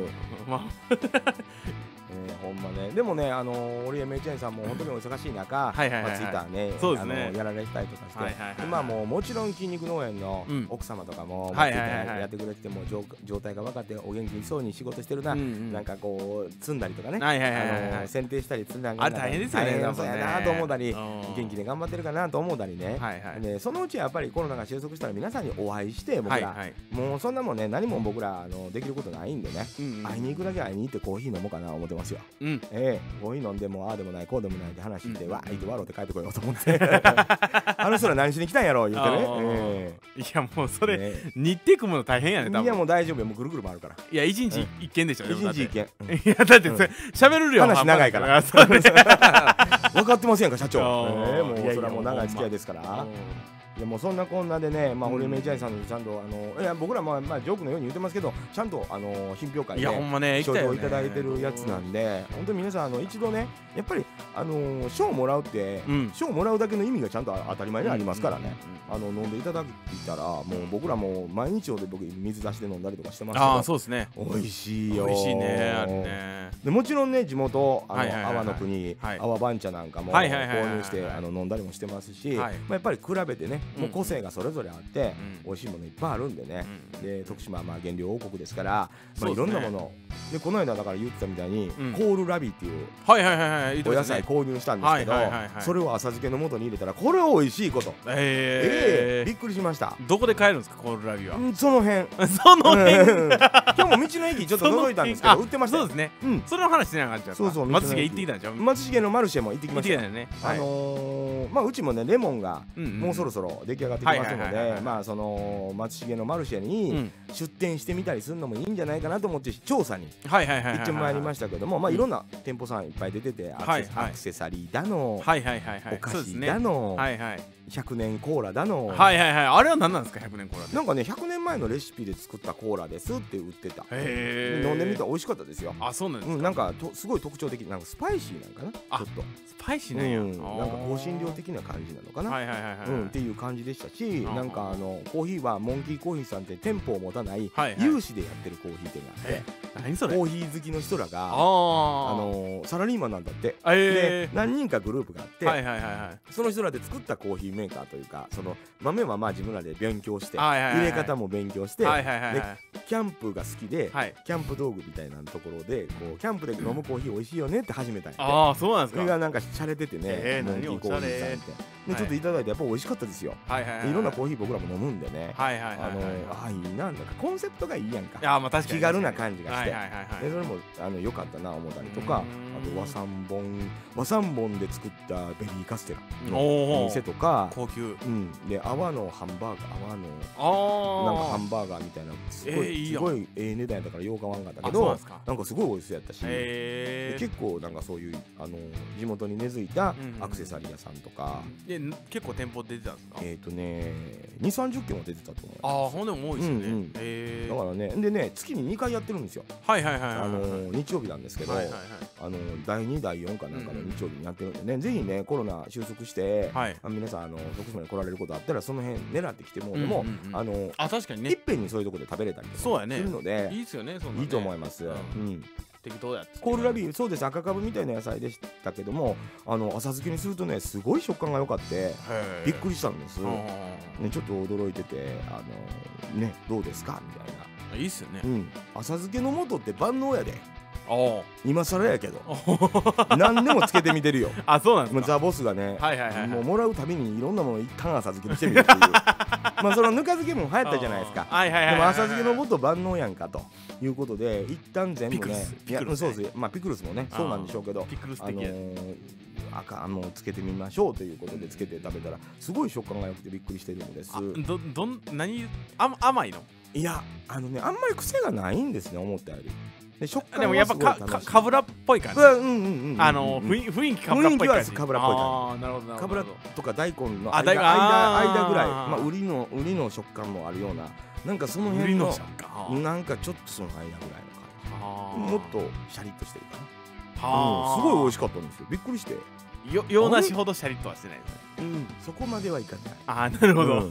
ほんまね。でもね、堀江芽衣ちゃんさんも本当にお忙しい中、ツイッターねやられたりとかして、今ももちろん筋肉農園の奥様とかもやってくれてて、も状態が分かってお元気そうに仕事してるな、なんかこう積んだりとかね、剪定したり積んだり、 あれ大変ですよね。 そうやなと思ったり、元気で頑張ってるかなと思ったりね。そのうちやっぱりコロナが収束したら皆さんにお会いして、僕らもうそんなもんね、何も僕らできることないんでね、会いに行くだけ会いに行ってコーヒー飲もうかな思ってますよ。コーヒー飲んでもああでもないこうでもないって話して、わーいって笑って帰ってこようと思って、あの人ら何しに来たんやろ言ってね。 いや、もうそれ煮っていくもの大変やね。 いや、もう大丈夫よ、もうぐるぐる回るから。 いや、一日一軒でしょ。 一日一軒。 いや、だって喋る量話長いから。分かってませんか社長。もうそれはもう長い付き合いですから。いや、もうそんなこんなでね、堀江芽衣ちゃんさんのちゃんといや、僕らジョークのように言ってますけど、ちゃんと品評会で賞状いただいてるやつなんで、本当に皆さん一度ね、やっぱり賞をもらうって賞をもらうだけの意味がちゃんと当たり前にありますからね。飲んでいただいたら、もう僕らも毎日で僕水出しで飲んだりとかしてますけど、 ああ、そうですね、 美味しいよ。 美味しいね、あれね。 でもちろんね、地元阿波の国阿波番茶なんかも購入して飲んだりもしてますし、やっぱり比べてね、もう個性がそれぞれあって美味しいものいっぱいあるんでね。で、徳島は原料王国ですから、いろんなもので、この間だから言ってたみたいにコールラビっていうお野菜購入したんですけど、それを浅漬けの素に入れたら、これは美味しいこと。びっくりしました。 どこで買えるんですか、コールラビは？ その辺今日も道の駅ちょっと覗いたんですけど売ってました。 そうですね。それの話しながらじゃあ、松重行ってきたんじゃん。 松重のマルシェも行ってきましたよね。 うちもね、レモンがもうそろそろ出来上がってきますので、その松重のマルシェに出店してみたりするのもいいんじゃないかなと思って調査に行ってまいりましたけども、いろんな店舗さんいっぱい出てて、アクセサリーだの、お菓子だの、100年コーラだの。 あれは何なんですか、100年コーラって。 なんかね、100年前のレシピで作ったコーラですって売ってた。飲んでみたら美味しかったですよ。 あ、そうなんですか。 なんかすごい特徴的、なんかスパイシーなんかな、ちょっとスパイシーなんや、 なんか香辛料的な感じなのかなっていう感じでしたし、なんかコーヒーはモンキーコーヒーさんって店舗を持たない有志でやってるコーヒー店があって、 何それ、 コーヒー好きの人らがサラリーマンなんだって。で、何人かグループがあって、その人らで作ったコーヒーメーカーというか、その豆は自分らで勉強して、入れ方も勉強して、キャンプが好きで、キャンプ道具みたいなところでこうキャンプで飲むコーヒー美味しいよねって始めたんや。 ああ、そうなんですか。 それがなんか洒落ててね、モンキーコーヒーさんってでちょっといただいてやっぱ美味しかったですよ。いろんなコーヒー僕らも飲むんでね、ああいいな、なんかコンセプトがいいやんか。気軽な感じがして、それも良かったな思ったりとか、 と和三盆で作ったベリーカステラのお店とか、 高級で泡のハンバーガーなんかハンバーガーみたいなすごい値段だからよう買わんかったけど、なんかすごい美味しそうやったし、結構なんかそういう地元に根付いたアクセサリー屋さんとか、 結構店舗出てたんですか ？2、30軒は出てたと思う。 ああ、ほんでも多いですね。 だからね、でね、月に2回やってるんですよ。日曜日なんですけど、第2、第4かなんかの日曜日にやってるんでね、ぜひね、コロナ収束して皆さん徳島に来られることあったらその辺狙ってきてもでも確かにね、 いっぺんにそういうとこで食べれたりとかするのでいいですよね。 いいと思います。 適当やつコールラビー、そうです、赤かぶみたいな野菜でしたけども、浅漬けにするとね、すごい食感が良かってびっくりしたんです。ちょっと驚いてて、どうですかみたいな。 いいっすよね。 浅漬けの素って万能やで。今更やけど何でもつけてみてるよ。 あ、そうなんですか。 ザ・ボスがね、もうもらうたびにいろんなもの一貫浅漬けにしてみるっていうまあそのぬか漬けも流行ったじゃないですか。でも浅漬けの素万能やんかということで、一旦全部ね、そうです、まあピクルスもねそうなんでしょうけど、つけてみましょうということでつけて食べたらすごい食感が良くてびっくりしてるんです。 甘いの？ いや、あんまり癖がないんですね、思ったより。 でもやっぱかぶらっぽい感じ。雰囲気かぶらっぽい感じ。 かぶらっぽい感じ。 なるほど。 かぶらとか大根の間ぐらい、まあ売りの食感もあるような、なんかその辺のなんかちょっとその間ぐらいの感じ。もっとシャリッとしてるかな。すごい美味しかったんですよ。びっくりして。 洋梨ほどシャリッとはしてないですね。 そこまではいかない。 ああ、なるほど。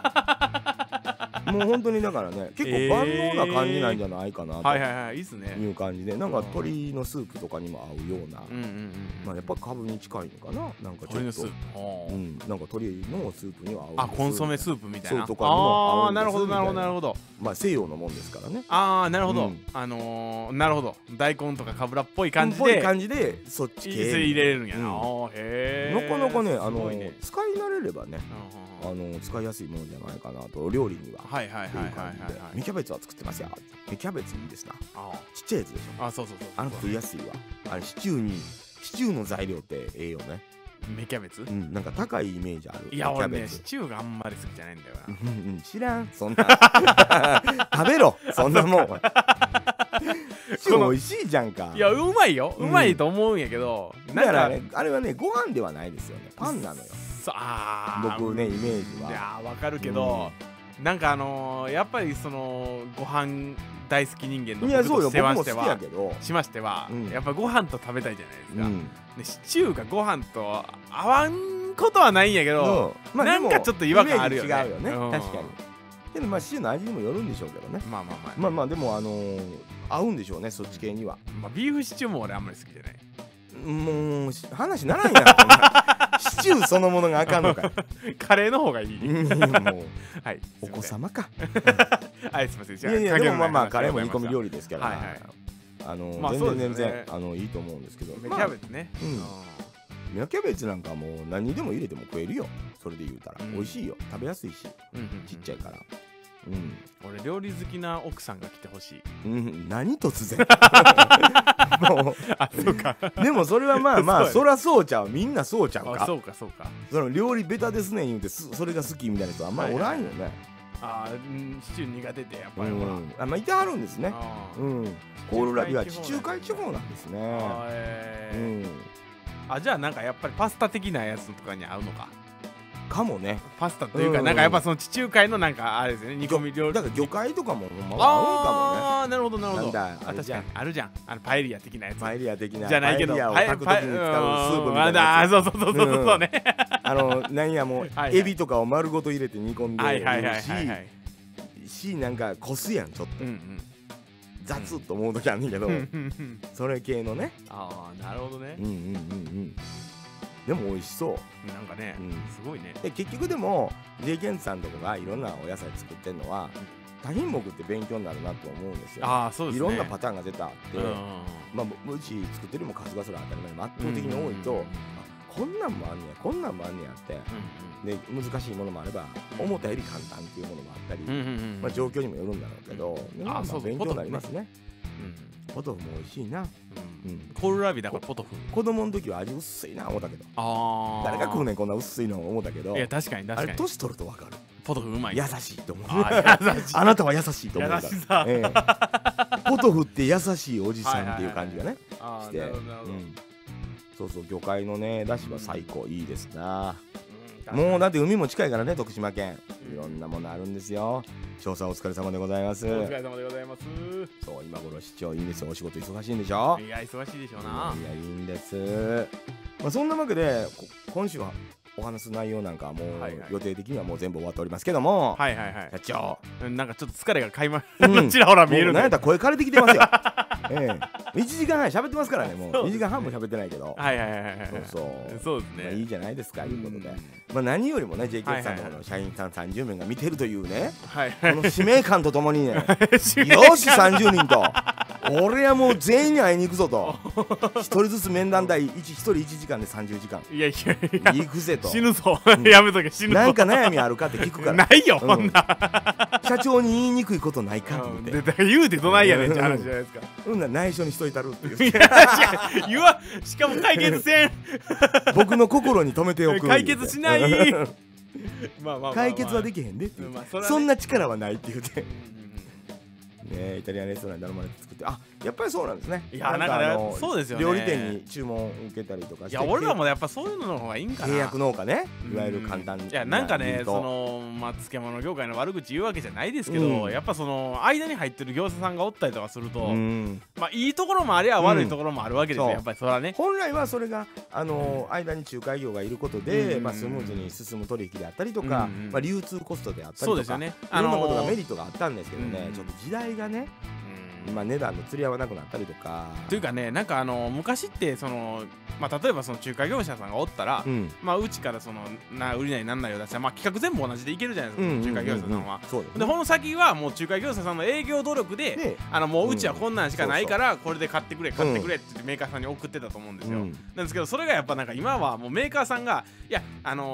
もう本当にだからね、結構万能な感じなんじゃないかなという感じで、なんか鶏のスープとかにも合うような、まあやっぱカブに近いのかな、なんかちょっとなんか鶏のスープには合う、 コンソメスープみたいなとかにも合う。 なるほどなるほどなるほど。 まあ西洋のもんですからね。 なるほど。なるほど。大根とかかぶらっぽい感じでそっち系入れるんやな。 なかなかね、使い慣れればね、使いやすいものじゃないかなと、料理には。芽キャベツは作ってますよ。芽キャベツいいですな。ちっちゃいやつでしょ。 そう食いやすいわ。あれシチューの材料ってええよね。 芽キャベツ？ なんか高いイメージある。 いや、俺ね、シチューがあんまり好きじゃないんだよな。 知らん、そんな食べろ、そんなもん。シチュー美味しいじゃんか。 いや、うまいよ、うまいと思うんやけど、 だからあれはね、ご飯ではないですよね、パンなのよ。僕ね、イメージは。 いや、わかるけど、なんかやっぱりそのご飯大好き人間の僕としてましてはやっぱご飯と食べたいじゃないですか。シチューがご飯と合わんことはないんやけど、なんかちょっと違和感あるよね。 違うよね、確かに。けどまあシチューの味にもよるんでしょうけどね。まあでも合うんでしょうね、そっち系には。 ビーフシチューも俺あんまり好きじゃない。 もう話ならんやん。シチューそのものがあかんのか。 カレーの方がいい。もうお子様か。 はい、すみません。 いやでもまあカレーも煮込み料理ですから全然いいと思うんですけど。 芽キャベツね。 芽キャベツなんかもう何にでも入れても食えるよ。それで言うたら美味しいよ。食べやすいしちっちゃいから。 俺料理好きな奥さんが来てほしい。 何突然。もうそうか。 でもそれはまあそらそうちゃう、みんなそうちゃうか。 そうかそうか。 その料理ベタですね言うてそれが好きみたいな人あんまりおらんよね。 シチュー苦手でやっぱりほら。 まあいてはるんですね。コールラビは地中海地方なんですね。 じゃあなんかやっぱりパスタ的なやつとかに合うのか。 かもね。 パスタというかなんかやっぱその地中海のなんかあれですね、煮込み料理。 だから魚介とかも合うんかもね。 なるほどなるほど。確かにあるじゃん、パエリア的なやつ。 パエリア的なじゃないけど、 パエリアを炊く時に使うスープみたいなやつ。 そうね。 なんやもうエビとかを丸ごと入れて煮込んでるし、なんかこすやんちょっと雑っと思う時あるんだけど、それ系のね。 なるほどね。 でも美味しそう。 なんかね、すごいね。 で結局でも J ケンツさんとかがいろんなお野菜作ってるのは多品目って勉強になるなと思うんですよ。 そうですね。 いろんなパターンが絶対あって、まあうち作ってるも数がそれは当たり前に圧倒的に多いと、こんなんもあんねやこんなんもあんねやって、で難しいものもあれば思ったより簡単っていうものもあったり、まあ状況にもよるんだろうけど、勉強になりますね。 ポトフも美味しいな。 コールラビだからポトフ。 子供の時は味薄いな思ったけど、誰が食うねんこんな薄いの思ったけど、 いや確かにあれ年取ると分かる。 ポトフうまい。 優しいと思う。あなたは優しいと思うから。ポトフって優しいおじさんっていう感じがねして、そうそう、魚介のねだしは最高いいですな。もうだって海も近いからね、徳島県いろんなものあるんですよ。調査お疲れ様でございます。 お疲れ様でございます。 そう、今頃市長いいんですよ。お仕事忙しいんでしょ。 いや忙しいでしょうな。 いやいいんです。まあそんなわけで今週はお話す内容なんかはもう予定的にはもう全部終わっておりますけども、社長なんかちょっと疲れが垣間ちらほら見える。 なんやったら声枯れてきてますよ。1時間半喋ってますからね。もう2時間半も喋ってないけど、 そうですね、 いいじゃないですかいうことで、まあ何よりもね JK さんの方の社員さん30名が見てるというね、この使命感とともにね、よし30人と俺はもう全員に会いに行くぞと、1人ずつ面談台1人1時間で30時間、 いやいや行くぜと。 死ぬぞやめとけ、死ぬぞ。 なんか悩みあるかって聞くから。 ないよほんな。 社長に言いにくいことないかって言うてどないやねんって話じゃないですか。 内緒にしといたるっていう。 言わしかも解決せん。 僕の心に留めておく。 解決しない。 解決はできへんでっていう、そんな力はないって言うてね、イタリアンレストランに頼まれて作って、やっぱりそうなんですね。 いやだからそうですよね。 料理店に注文受けたりとかして、 いや俺らもやっぱそういうのの方がいいんかな。 契約農家ね、いわゆる簡単に。 いやなんかね、その漬物業界の悪口言うわけじゃないですけど、やっぱその間に入ってる業者さんがおったりとかすると、まあいいところもありゃ悪いところもあるわけですよ。やっぱりそれはね、 本来はそれが間に仲介業がいることでスムーズに進む取引であったりとか、流通コストであったりとか、いろんなことがメリットがあったんですけどね、ちょっと時代がね、値段の釣り合わなくなったりとか。 というかね、なんか昔ってその例えばその仲介業者さんがおったら、うちからその売りなりなんなりを出したら、企画全部同じでいけるじゃないですか、仲介業者さんは。でこの先はもう仲介業者さんの営業努力で、もううちはこんなんしかないからこれで買ってくれって言ってメーカーさんに送ってたと思うんですよ。なんですけど、それがやっぱなんか今はもうメーカーさんがいや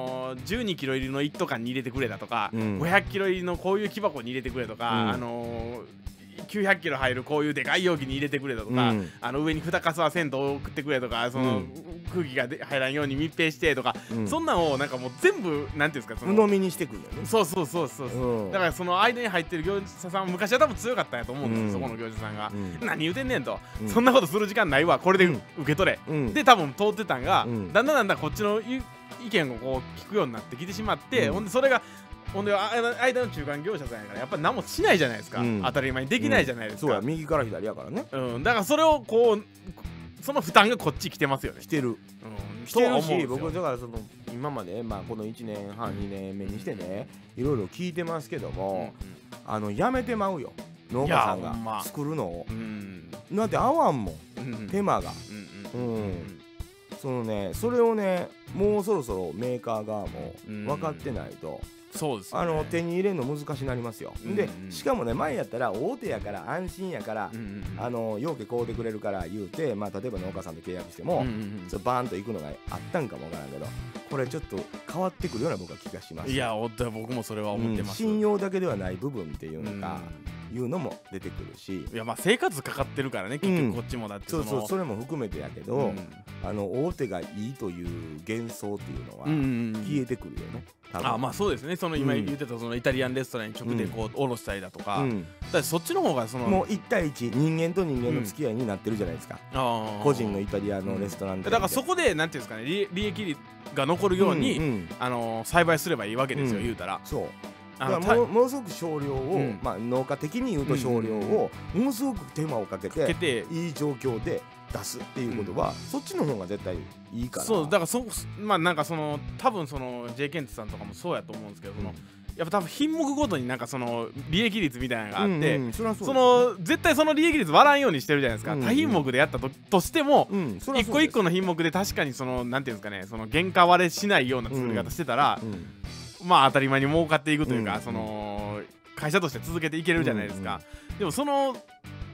12キロ入りの一斗缶に入れてくれだとか、500キロ入りのこういう木箱に入れてくれとか、900キロ入るこういうでかい容器に入れてくれとか、上に2かすは銭湯を送ってくれとか、その空気が入らんように密閉してとか、そんなんをなんかもう全部なんていうんですか、 鵜呑みにしてくるんだよね。 そうだからその間に入ってる業者さんは昔は多分強かったんやと思うんですよ、そこの業者さんが。何言うてんねんと、そんなことする時間ないわ、これで受け取れで多分通ってたんが、だんだんこっちの意見をこう聞くようになってきてしまって、ほんでそれが間の中間業者さんやからやっぱり何もしないじゃないですか、当たり前にできないじゃないですか。 そうや、右から左やからね。 だからそれをこうその負担がこっち来てますよね。 来てるし、僕だからその今までこの1年半2年目にしてね、いろいろ聞いてますけども、やめてまうよ、農家さんが作るのを。だって合わんもん、手間が。そのね、それをね、もうそろそろメーカー側も分かってないと、 そうですね、 手に入れるの難しくなりますよ。でしかもね、前やったら大手やから安心やから、ようけ買うてくれるから言うて、例えば農家さんと契約してもそれバーンと行くのがあったんかもわからんけど、これちょっと変わってくるような僕は気がします。 いや僕もそれは思ってます。 信用だけではない部分っていうのがいうのも出てくるし、 いや生活かかってるからね、結局こっちもだって。 そうそれも含めてやけど、大手がいいという幻想っていうのは消えてくるよね。 そうですね。その今言ってたそのイタリアンレストランに直でこう卸したりだとか、だそっちの方がそのもう1対1、人間と人間の付き合いになってるじゃないですか、個人のイタリアのレストランで。 だからそこでなんていうんですかね、利益が残るように栽培すればいいわけですよ、言うたら。そうものすごく少量を、農家的に言うと少量をものすごく手間をかけていい状況で出すっていうことは、そっちの方が絶対いいから。 そうだからなんかその多分その J ケントさんとかもそうやと思うんですけど、やっぱ多分品目ごとになんかその利益率みたいなのがあって、その絶対その利益率割らんようにしてるじゃないですか。多品目でやったとしても一個一個の品目で確かにそのなんていうんですかね、その原価割れしないような作り方してたら、当たり前に儲かっていくというか、その会社として続けていけるじゃないですか。でもその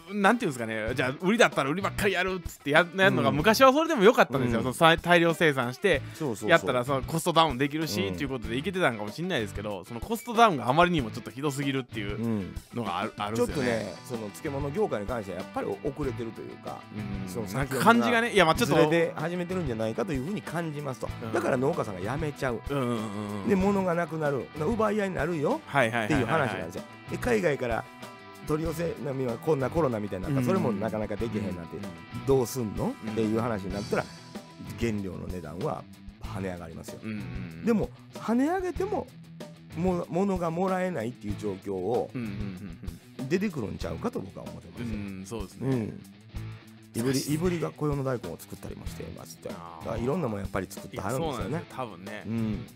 なんていうんですかね、じゃあ売りだったら売りばっかりやるっつってやるのが昔はそれでもよかったんですよ、その大量生産してやったらそのコストダウンできるしっていうことでいけてたんかもしれないですけど、そのコストダウンがあまりにもちょっとひどすぎるっていうのがあるんですよね。 ちょっとね、その漬物業界に関してはやっぱり遅れてるというか、 そのなんか感じがね、いやまあちょっとずれで始めてるんじゃないかというふうに感じますと。だから農家さんがやめちゃう、で物がなくなる、奪い合いになるよっていう話なんですよ。で海外から取り寄せこんなコロナみたいな、それもなかなかできへんなんてどうすんのっていう話になったら、原料の値段は跳ね上がりますよ。でも跳ね上げても物がもらえないっていう状況を出てくるんちゃうかと僕は思ってます。 そうですね。 いぶりが雇用の大根を作ったりもしていますって。だからいろんなもんやっぱり作ってはるんですよね。 多分ね。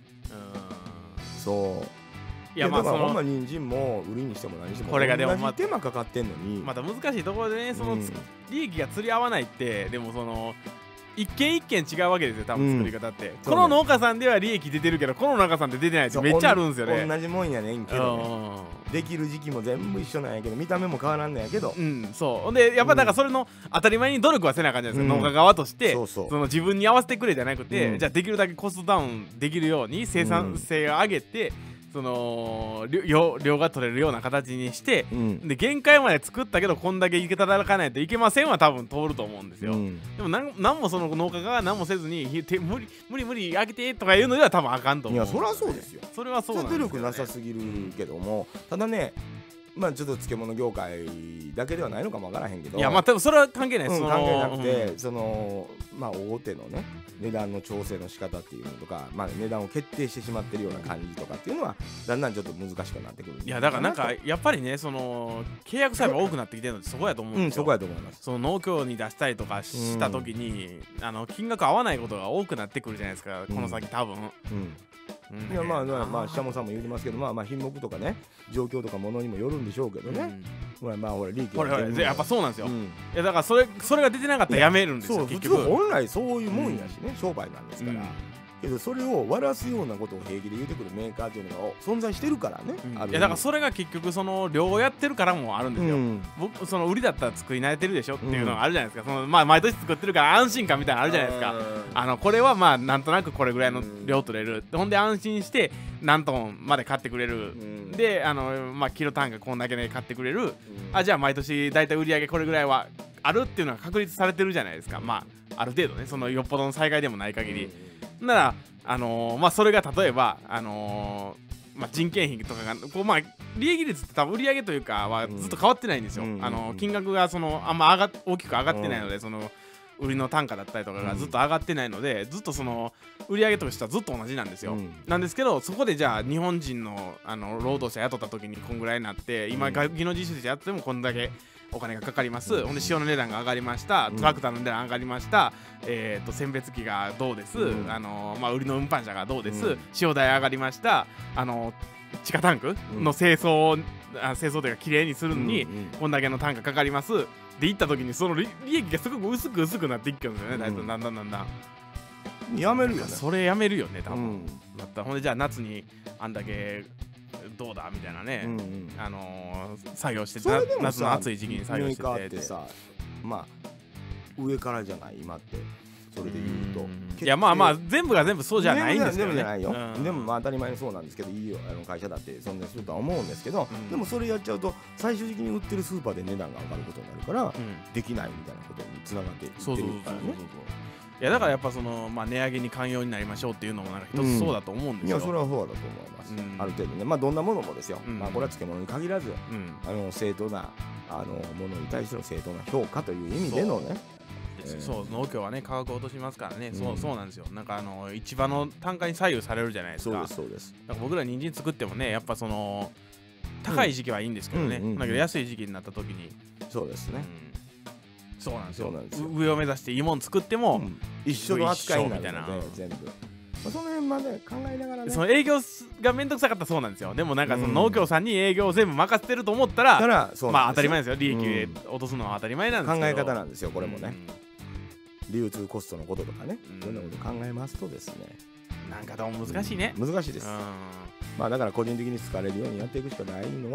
そう。いやまあほんま人参も売りにしても何してもこれがでも同じ手間かかってんのに、 また難しいところでね、その利益が釣り合わないって、でもその一軒一軒違うわけですよ、多分作り方って。この農家さんでは利益出てるけど、この農家さんって出てないってめっちゃあるんですよね。 同じもんやねんけどね、できる時期も全部一緒なんやけど、見た目も変わらんのやけど、 そうでやっぱだからそれの当たり前に努力はせなあかんじゃないですか、農家側として。その自分に合わせてくれじゃなくて、じゃあできるだけコストダウンできるように生産性を上げて、その量が取れるような形にして、で限界まで作ったけどこんだけいけただかないといけませんは多分通ると思うんですよ。でも何もその農家が何もせずに無理上げてとか言うのでは多分あかんと思う。 いやそりゃそうですよ。 それはそうなんですよね。 努力なさすぎるけども、ただね、まあちょっと漬物業界だけではないのかもわからへんけど、 いやまあ多分それは関係ないです。 関係なくて、そのまあ大手のね値段の調整の仕方っていうのとか、まあ値段を決定してしまってるような感じとかっていうのはだんだんちょっと難しくなってくる。 いやだからなんかやっぱりね、その契約裁判多くなってきてるのってそこやと思うんですよ。 そこやと思います。 その農協に出したりとかした時に、金額合わないことが多くなってくるじゃないですか、この先多分。 いやまあシャモさんも言ってますけど、まあ品目とかね状況とかものにもよるんでしょうけどね、まあほら利益やっぱそうなんですよ。いやだからそれが出てなかったらやめるんですよ。 結局本来そういうもんやしね、商売なんですから。けどそれを割らすようなことを平気で言ってくるメーカーっていうのが存在してるからね。 いやだからそれが結局その量をやってるからもあるんですよ。僕その売りだったら作り慣れてるでしょっていうのがあるじゃないですか。そのまあ毎年作ってるから安心感みたいなのあるじゃないですか。これはまあなんとなくこれぐらいの量取れる、ほんで安心して何トンまで買ってくれる、でまあキロ単価こんだけで買ってくれる、じゃあ毎年だいたい売り上げこれぐらいはあるっていうのが確立されてるじゃないですか。まあある程度ね、そのよっぽどの災害でもない限りならまあそれが例えばまあ、人件費とかがこう、まあ、利益率って多分売上というかはずっと変わってないんですよ。金額があんま大きく上がってないので、その売りの単価だったりとかがずっと上がってないので、ずっとその売上としてはずっと同じなんですよ。なんですけど、そこでじゃあ日本人の労働者雇った時にこんぐらいになって、今技能実習でやってもこんだけお金がかかります。ほんで塩の値段が上がりました、トラクターの値段上がりました、選別機がどうです、まあ、売りの運搬車がどうです、塩代上がりました、地下タンクの清掃というかきれいにするのにこんだけの単価かかりますで行った時にその利益がすごく薄くなっていくんですよね。だんだんやめるよね。 それやめるよね多分。だったらほんでじゃあ夏にあんだけどうだみたいなね、作業して夏の暑い時期に作業してて、メーカーってさ、まあ上からじゃない今ってそれで言うと、 いやまあ全部が全部そうじゃないんですけどね。 全部じゃないよ。でもまあ当たり前にそうなんですけど、いいよ会社だって存在するとは思うんですけど、でもそれやっちゃうと最終的に売ってるスーパーで値段が上がることになるから、できないみたいなことにつながっていってるからね。 いやだからやっぱその、まあ、値上げに寛容になりましょうっていうのもなんか一つそうだと思うんですよ。 いやそれはそうだと思います。ある程度ね、まあどんなものもですよ。まあこれは漬物に限らず、正当なものに対しての正当な評価という意味でのね。 そう農協はね価格落としますからね。そうなんですよ。なんか市場の単価に左右されるじゃないですか。 そうです。 なんか僕ら人参作ってもね、やっぱその高い時期はいいんですけどね。だけど安い時期になった時に、 そうですね。 そうなんですよ。上を目指していいもん作っても一緒の扱いになるので全部。その辺まで考えながらね。 その営業がめんどくさかったらそうなんですよ。でもなんかその農協さんに営業を全部任せてると思ったら、まあ当たり前ですよ。利益で落とすのは当たり前なんですけど。 考え方なんですよこれもね。流通コストのこととかね、そんなこと考えますとですね。 なんかどうも難しいね。 難しいです。まあだから個人的に好かれるようにやっていくしかないのは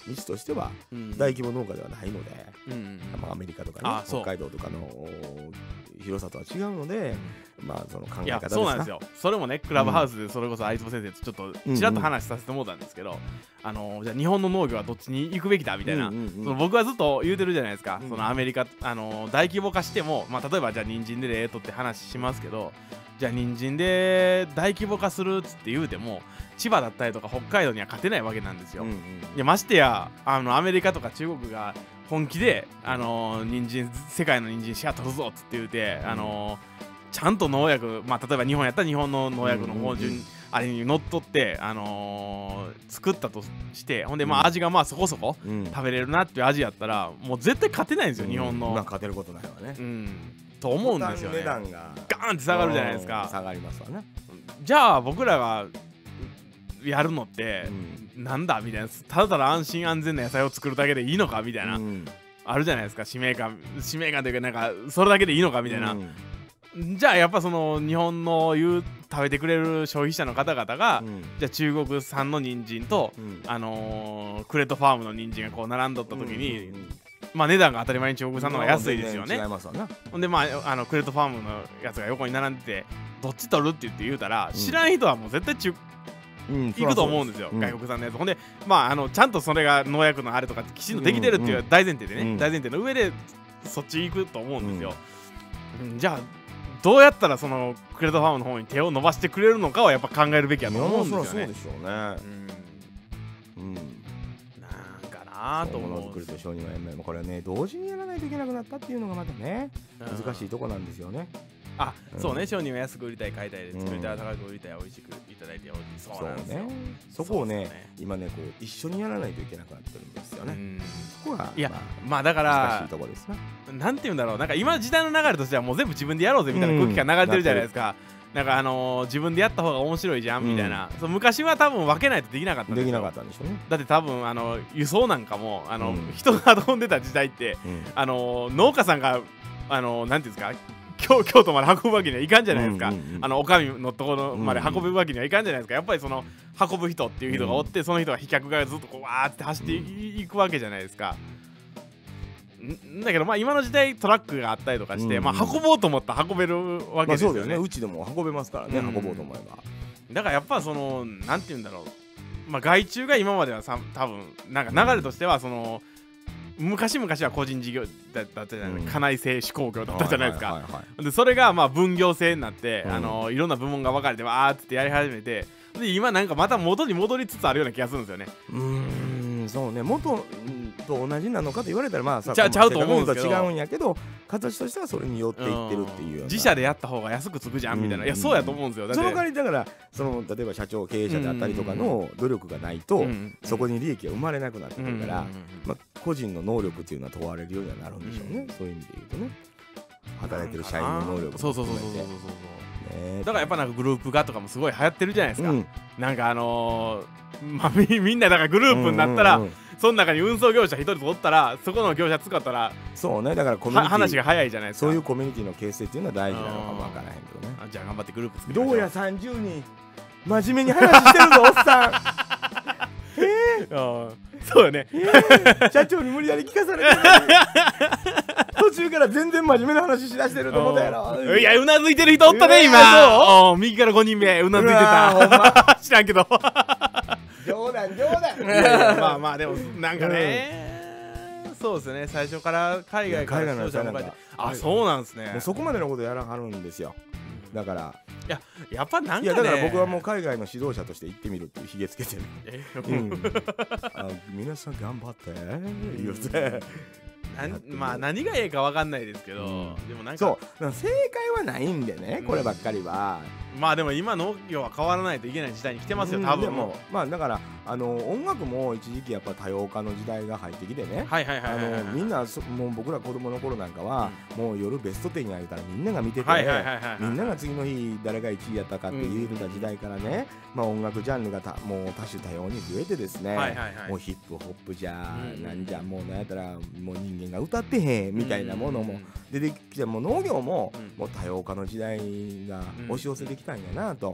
道としては大規模農家ではないので、アメリカとかね北海道とかの広さとは違うので、まあその考え方ですか。 そうなんですよ。それもねクラブハウスでそれこそ相坪先生とちょっとちらっと話させてもらったんですけど、じゃあ日本の農業はどっちに行くべきだみたいな、僕はずっと言うてるじゃないですか。そのアメリカ大規模化しても、まあ例えばじゃあ人参で例とって話しますけど、じゃあ人参で大規模化するっつって言うても千葉だったりとか北海道には勝てないわけなんですよ。いやましてやアメリカとか中国が本気で人参世界の人参シェア取るぞっつって言うて、ちゃんと農薬、まあ例えば日本やったら日本の農薬の標準あれにのっとって作ったとして、ほんでまあ味がまあそこそこ食べれるなっていう味やったらもう絶対勝てないんですよ、日本の。 まあ勝てることないわね。 と思うんですよね。 値段がガーンって下がるじゃないですか。 下がりますわね。 じゃあ僕らがやるのってなんだみたいな、ただただ安心安全な野菜を作るだけでいいのかみたいな、あるじゃないですか。使命感というか、なんかそれだけでいいのかみたいな。じゃあやっぱその日本の食べてくれる消費者の方々が、じゃあ中国産の人参とクレットファームの人参がこう並んどった時に、まあ値段が当たり前に中国産の方が安いですよね。ほんでまあクレットファームのやつが横に並んでてどっち取るって言うたら、知らん人はもう絶対行くと思うんですよ、外国産のやつ。ほんでまあちゃんとそれが農薬のあれとかきちんとできてるっていう大前提でね、大前提の上でそっち行くと思うんですよ。じゃあどうやったらそのクレートファームの方に手を伸ばしてくれるのかはやっぱ考えるべきやと思うんですよね。 そうでしょうね。なんかなと思う。 ものづくりと商人はこれね同時にやらないといけなくなったっていうのがまたね難しいとこなんですよね。 そうね、商人は安く売りたい買いたいで、作りたい高く売りたい美味しくいただいてそうなんですよ。 そこをね今ねこう一緒にやらないといけなくなってるんですよね。そこがいやまあだから難しいとこですね。 なんていうんだろう、なんか今時代の流れとしてはもう全部自分でやろうぜみたいな空気が流れてるじゃないですか。なんか自分でやった方が面白いじゃんみたいな。昔は多分分けないとできなかったんですよ。 できなかったんでしょうね。 だって多分輸送なんかも人が運んでた時代って農家さんがなんていうんですか、京都まで運ぶわけにはいかんじゃないですか。おかみのところまで運ぶわけにはいかんじゃないですか。やっぱりその運ぶ人っていう人がおって、その人が飛脚がずっとこうわーって走っていくわけじゃないですか。だけどまあ今の時代トラックがあったりとかして、まあ運ぼうと思ったら運べるわけですよね。 うちでも運べますからね、運ぼうと思えば。 だからやっぱそのなんていうんだろう、まあ外注が今までは多分なんか流れとしてはその昔々は個人事業だったじゃないですか、家内製手工業だったじゃないですか。でそれがまあ分業制になって、いろんな部門が分かれてわーってやり始めて、で今なんかまた元に戻りつつあるような気がするんですよね。 そうね、元と同じなのかと言われたらまあさちゃうと思うんですけど、 違うんやけど形としてはそれに寄っていってるっていうような。 自社でやった方が安くつくじゃんみたいな。いやそうやと思うんですよ。 その代わりだから例えば社長経営者であったりとかの努力がないとそこに利益が生まれなくなってくるから、個人の能力っていうのは問われるようにはなるんでしょうね。そういう意味で言うとね、働いてる社員の能力そうだからやっぱなんかグループ化とかもすごい流行ってるじゃないですか。なんかみんなだからグループになったらその中に運送業者一人とおったらそこの業者使ったらそうね、だからコミュニティ話が早いじゃないですか。 そういうコミュニティの形成っていうのは大事なのかもわからへんけどね。 じゃあ頑張ってグループ作りましょう。 どうや30人真面目に話してるぞおっさん。 そうよね。 社長に無理やり聞かされてる途中から全然真面目な話しだしてると思ったやろ。 いやうなずいてる人おったね今。右から5人目うなずいてた。知らんけど。 冗談。 まあまあでもなんかね、そうですね、最初から海外から視聴者も書いて、そうなんですね。 もうそこまでのことやらはるんですよ。だからやっぱなんかね、 だから僕はもう海外の指導者として行ってみるっていうひげつけてる。皆さん頑張って言うて。 まあ何がええか分かんないですけど、でもなんかそう正解はないんでね、こればっかりは。 まあでも今農業は変わらないといけない時代に来てますよ多分。 でもまあだから音楽も一時期やっぱ多様化の時代が入ってきてね、みんなもう僕ら子供の頃なんかはもう夜ベスト10に上げたらみんなが見てて、みんなが次の日誰が1位やったかって言ってた時代からね、まあ音楽ジャンルがもう多種多様に増えてですね、もうヒップホップじゃなんじゃもうなんやったらもう人間が歌ってへんみたいなものも出てきて、もう農業ももう多様化の時代が押し寄せてきたんやなと。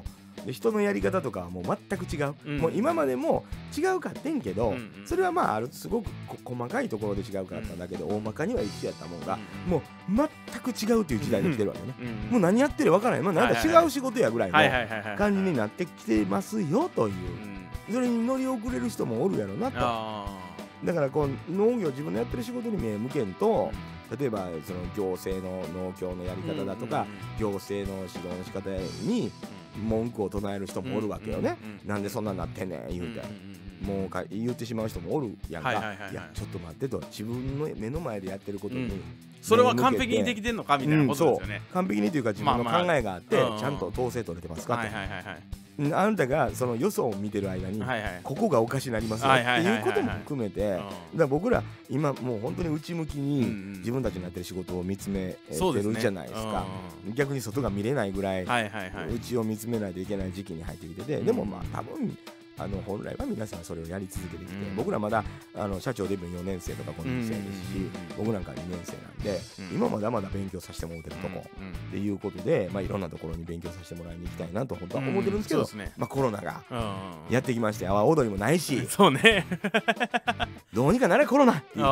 で人のやり方とかはもう全く違う、もう今までも違うかってんけど、それはまああるすごく細かいところで違うかっただけで、大まかには一緒やったもんが、もう全く違うという時代に来てるわけね。もう何やってるか分からない、まあなんか違う仕事やぐらいの感じになってきてますよという、それに乗り遅れる人もおるやろなと。だからこう農業自分のやってる仕事に目向けんと、例えばその行政の農協のやり方だとか、行政の指導の仕方に文句を唱える人もおるわけよね。なんでそんなんなってんねん言うて、もう言ってしまう人もおるやんか。いやちょっと待ってと、自分の目の前でやってることにそれは完璧にできてんのかみたいなことですよね。 完璧にというか自分の考えがあってちゃんと統制取れてますかと。あなたがその予想を見てる間にここがおかしになりますよっていうことも含めて、だから僕ら今もう本当に内向きに自分たちのやってる仕事を見つめてるじゃないですか。逆に外が見れないぐらい内を見つめないといけない時期に入ってきてて、でもまあ多分本来は皆さんそれをやり続けてきて、僕らまだ社長デビュー4年生とか5年生ですし、僕なんか2年生なんで、今まだまだ勉強させてもらってるとこっていうことで、いろんなところに勉強させてもらいに行きたいなと本当は思ってるんですけど、コロナがやってきまして、阿波踊りもないし、 そうねどうにかなれコロナって言って、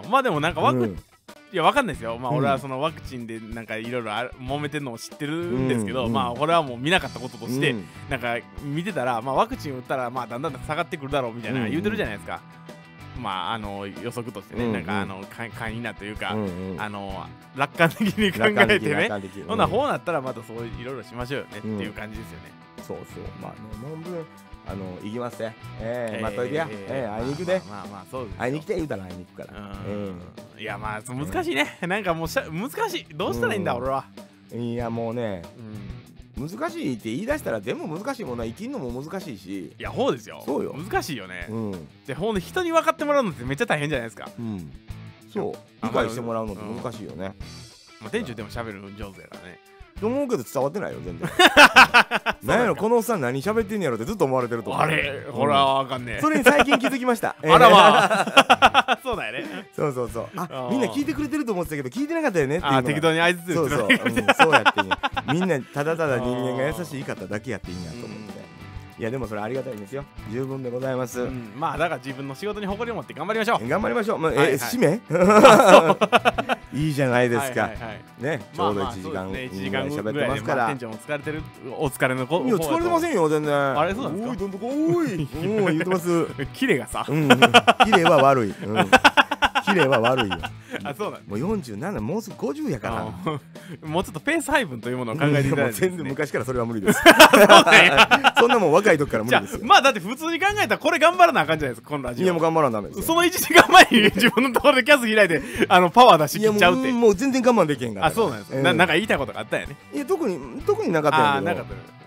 まあでもなんかいやわかんないですよ。まあ俺はそのワクチンでなんかいろいろ揉めてるのを知ってるんですけど、まあこれはもう見なかったこととしてなんか見てたら、まあワクチン打ったらまあだんだん下がってくるだろうみたいな言うてるじゃないですか。まあ予測としてね、なんか簡易なというか楽観的に考えてね、ほなこうなったらまたそういろいろしましょうよねっていう感じですよね。 そうそう、まあね、もう分行きますね。待っといてや。会いに行くで。 まあそうです。 会いに来て言うたら会いに行くから。 いやまあ難しいね。なんかもう難しい。どうしたらいいんだ俺は。 いやもうね、難しいって言い出したら全部難しいもんな。生きるのも難しいし。 いやそうですよ。 そうよ。 難しいよね。でほんで人に分かってもらうのってめっちゃ大変じゃないですか。 そう。理解してもらうのって難しいよね。 まあ店長でも喋る上手やからね。 と思うけど伝わってないよ全然。なんやろこのおっさん何喋ってんやろってずっと思われてると思う。 あれほらわかんねえ。 それに最近気づきました。 あらまあそうだよね。 そうそうそう。みんな聞いてくれてると思ってたけど聞いてなかったよねっていうのが。 適当に合図そうそうそうやってね。みんなただただ人間が優しい方だけやっていいんやと思って。いやでもそれありがたいですよ。十分でございます。 まあだから自分の仕事に誇りを持って頑張りましょう。 頑張りましょう。締めいいじゃないですか。ね、ちょうど1時間ぐらい喋ってますから。 店長も疲れてる、お疲れの子。 いや疲れてませんよ全然。 あれそうなんですか。 おいどんどこおい。言ってます。 キレがさ。 キレは悪い。キレは悪いよ。 あ、そうなん。 もう47、もうすぐ50やから。 もうちょっとペース配分というものを考えていただいて。 全然昔からそれは無理です。そんなもん若い時から無理ですよ。 まあだって普通に考えたらこれ頑張らなあかんじゃないですかこのラジオ。 いやもう頑張らなダメです。 その1時間前に自分のところでキャス開いてパワー出し切っちゃうって。 もう全然我慢できへんから。 あ、そうなんです。なんか言いたいことがあったよね。 いや特になかったんやけど。 なかった。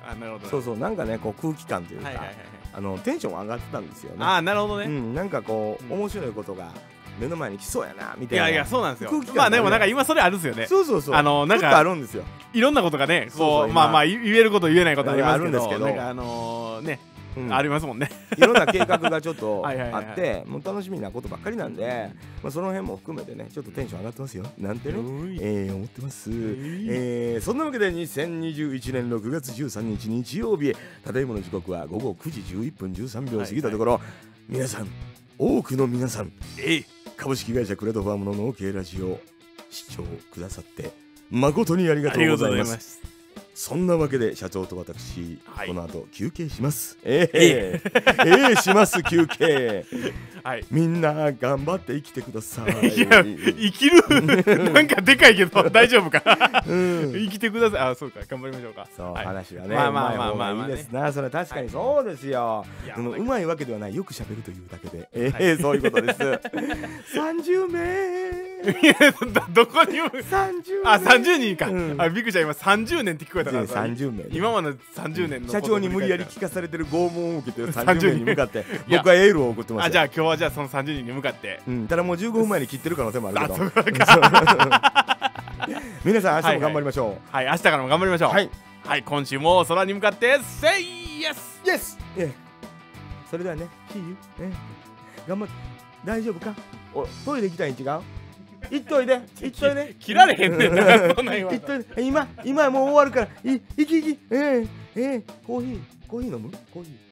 なるほど。 そうそうなんかねこう空気感というかテンション上がってたんですよね。 あ、なるほどね。 なんかこう面白いことが目の前に来そうやなみたいな。 いやそうなんですよ。まあでもなんか今それあるんですよね。 そうそうそう。 なんかあるんですよ。 いろんなことがね、こうまあ言えること言えないことありますけど、なんかねありますもんね。 いろんな計画がちょっとあってもう楽しみなことばっかりなんで、その辺も含めてねちょっとテンション上がってますよなんてね思ってます。そんなわけで2021年6月13日日曜日、ただいまの時刻は午後9時11分13秒過ぎたところ、皆さん多くの皆さん株式会社クレドファームの農系ラジオ視聴くださって誠にありがとうございます。そんなわけで社長と私、この後休憩します。します休憩。みんな頑張って生きてください。 いや生きるなんかでかいけど大丈夫か。生きてください。あ、そうか頑張りましょうか。 そう話はねまあいいですな。それ確かにそうですよ。うまいわけではない、よく喋るというだけでそういうことです。30名どこにも 30 あ30人か。あ、びっくりした。今30年って聞こえたから。 30名今まで30年の社長に無理やり聞かされてる拷問を受けてる30名に向かって僕はエールを送ってます。 じゃあ今日はじゃあその30人に向かって、 ただもう15分前に切ってる可能性もあるけど皆さん明日も頑張りましょう。 はい、明日からも頑張りましょう。はい、今週も空に向かってセイイエスイエス。それではね、See you。頑張って大丈夫か。トイレ行きたいん違う。 行っといで切られへんねんな行っといで今もう終わるから行きコーヒー飲むコーヒー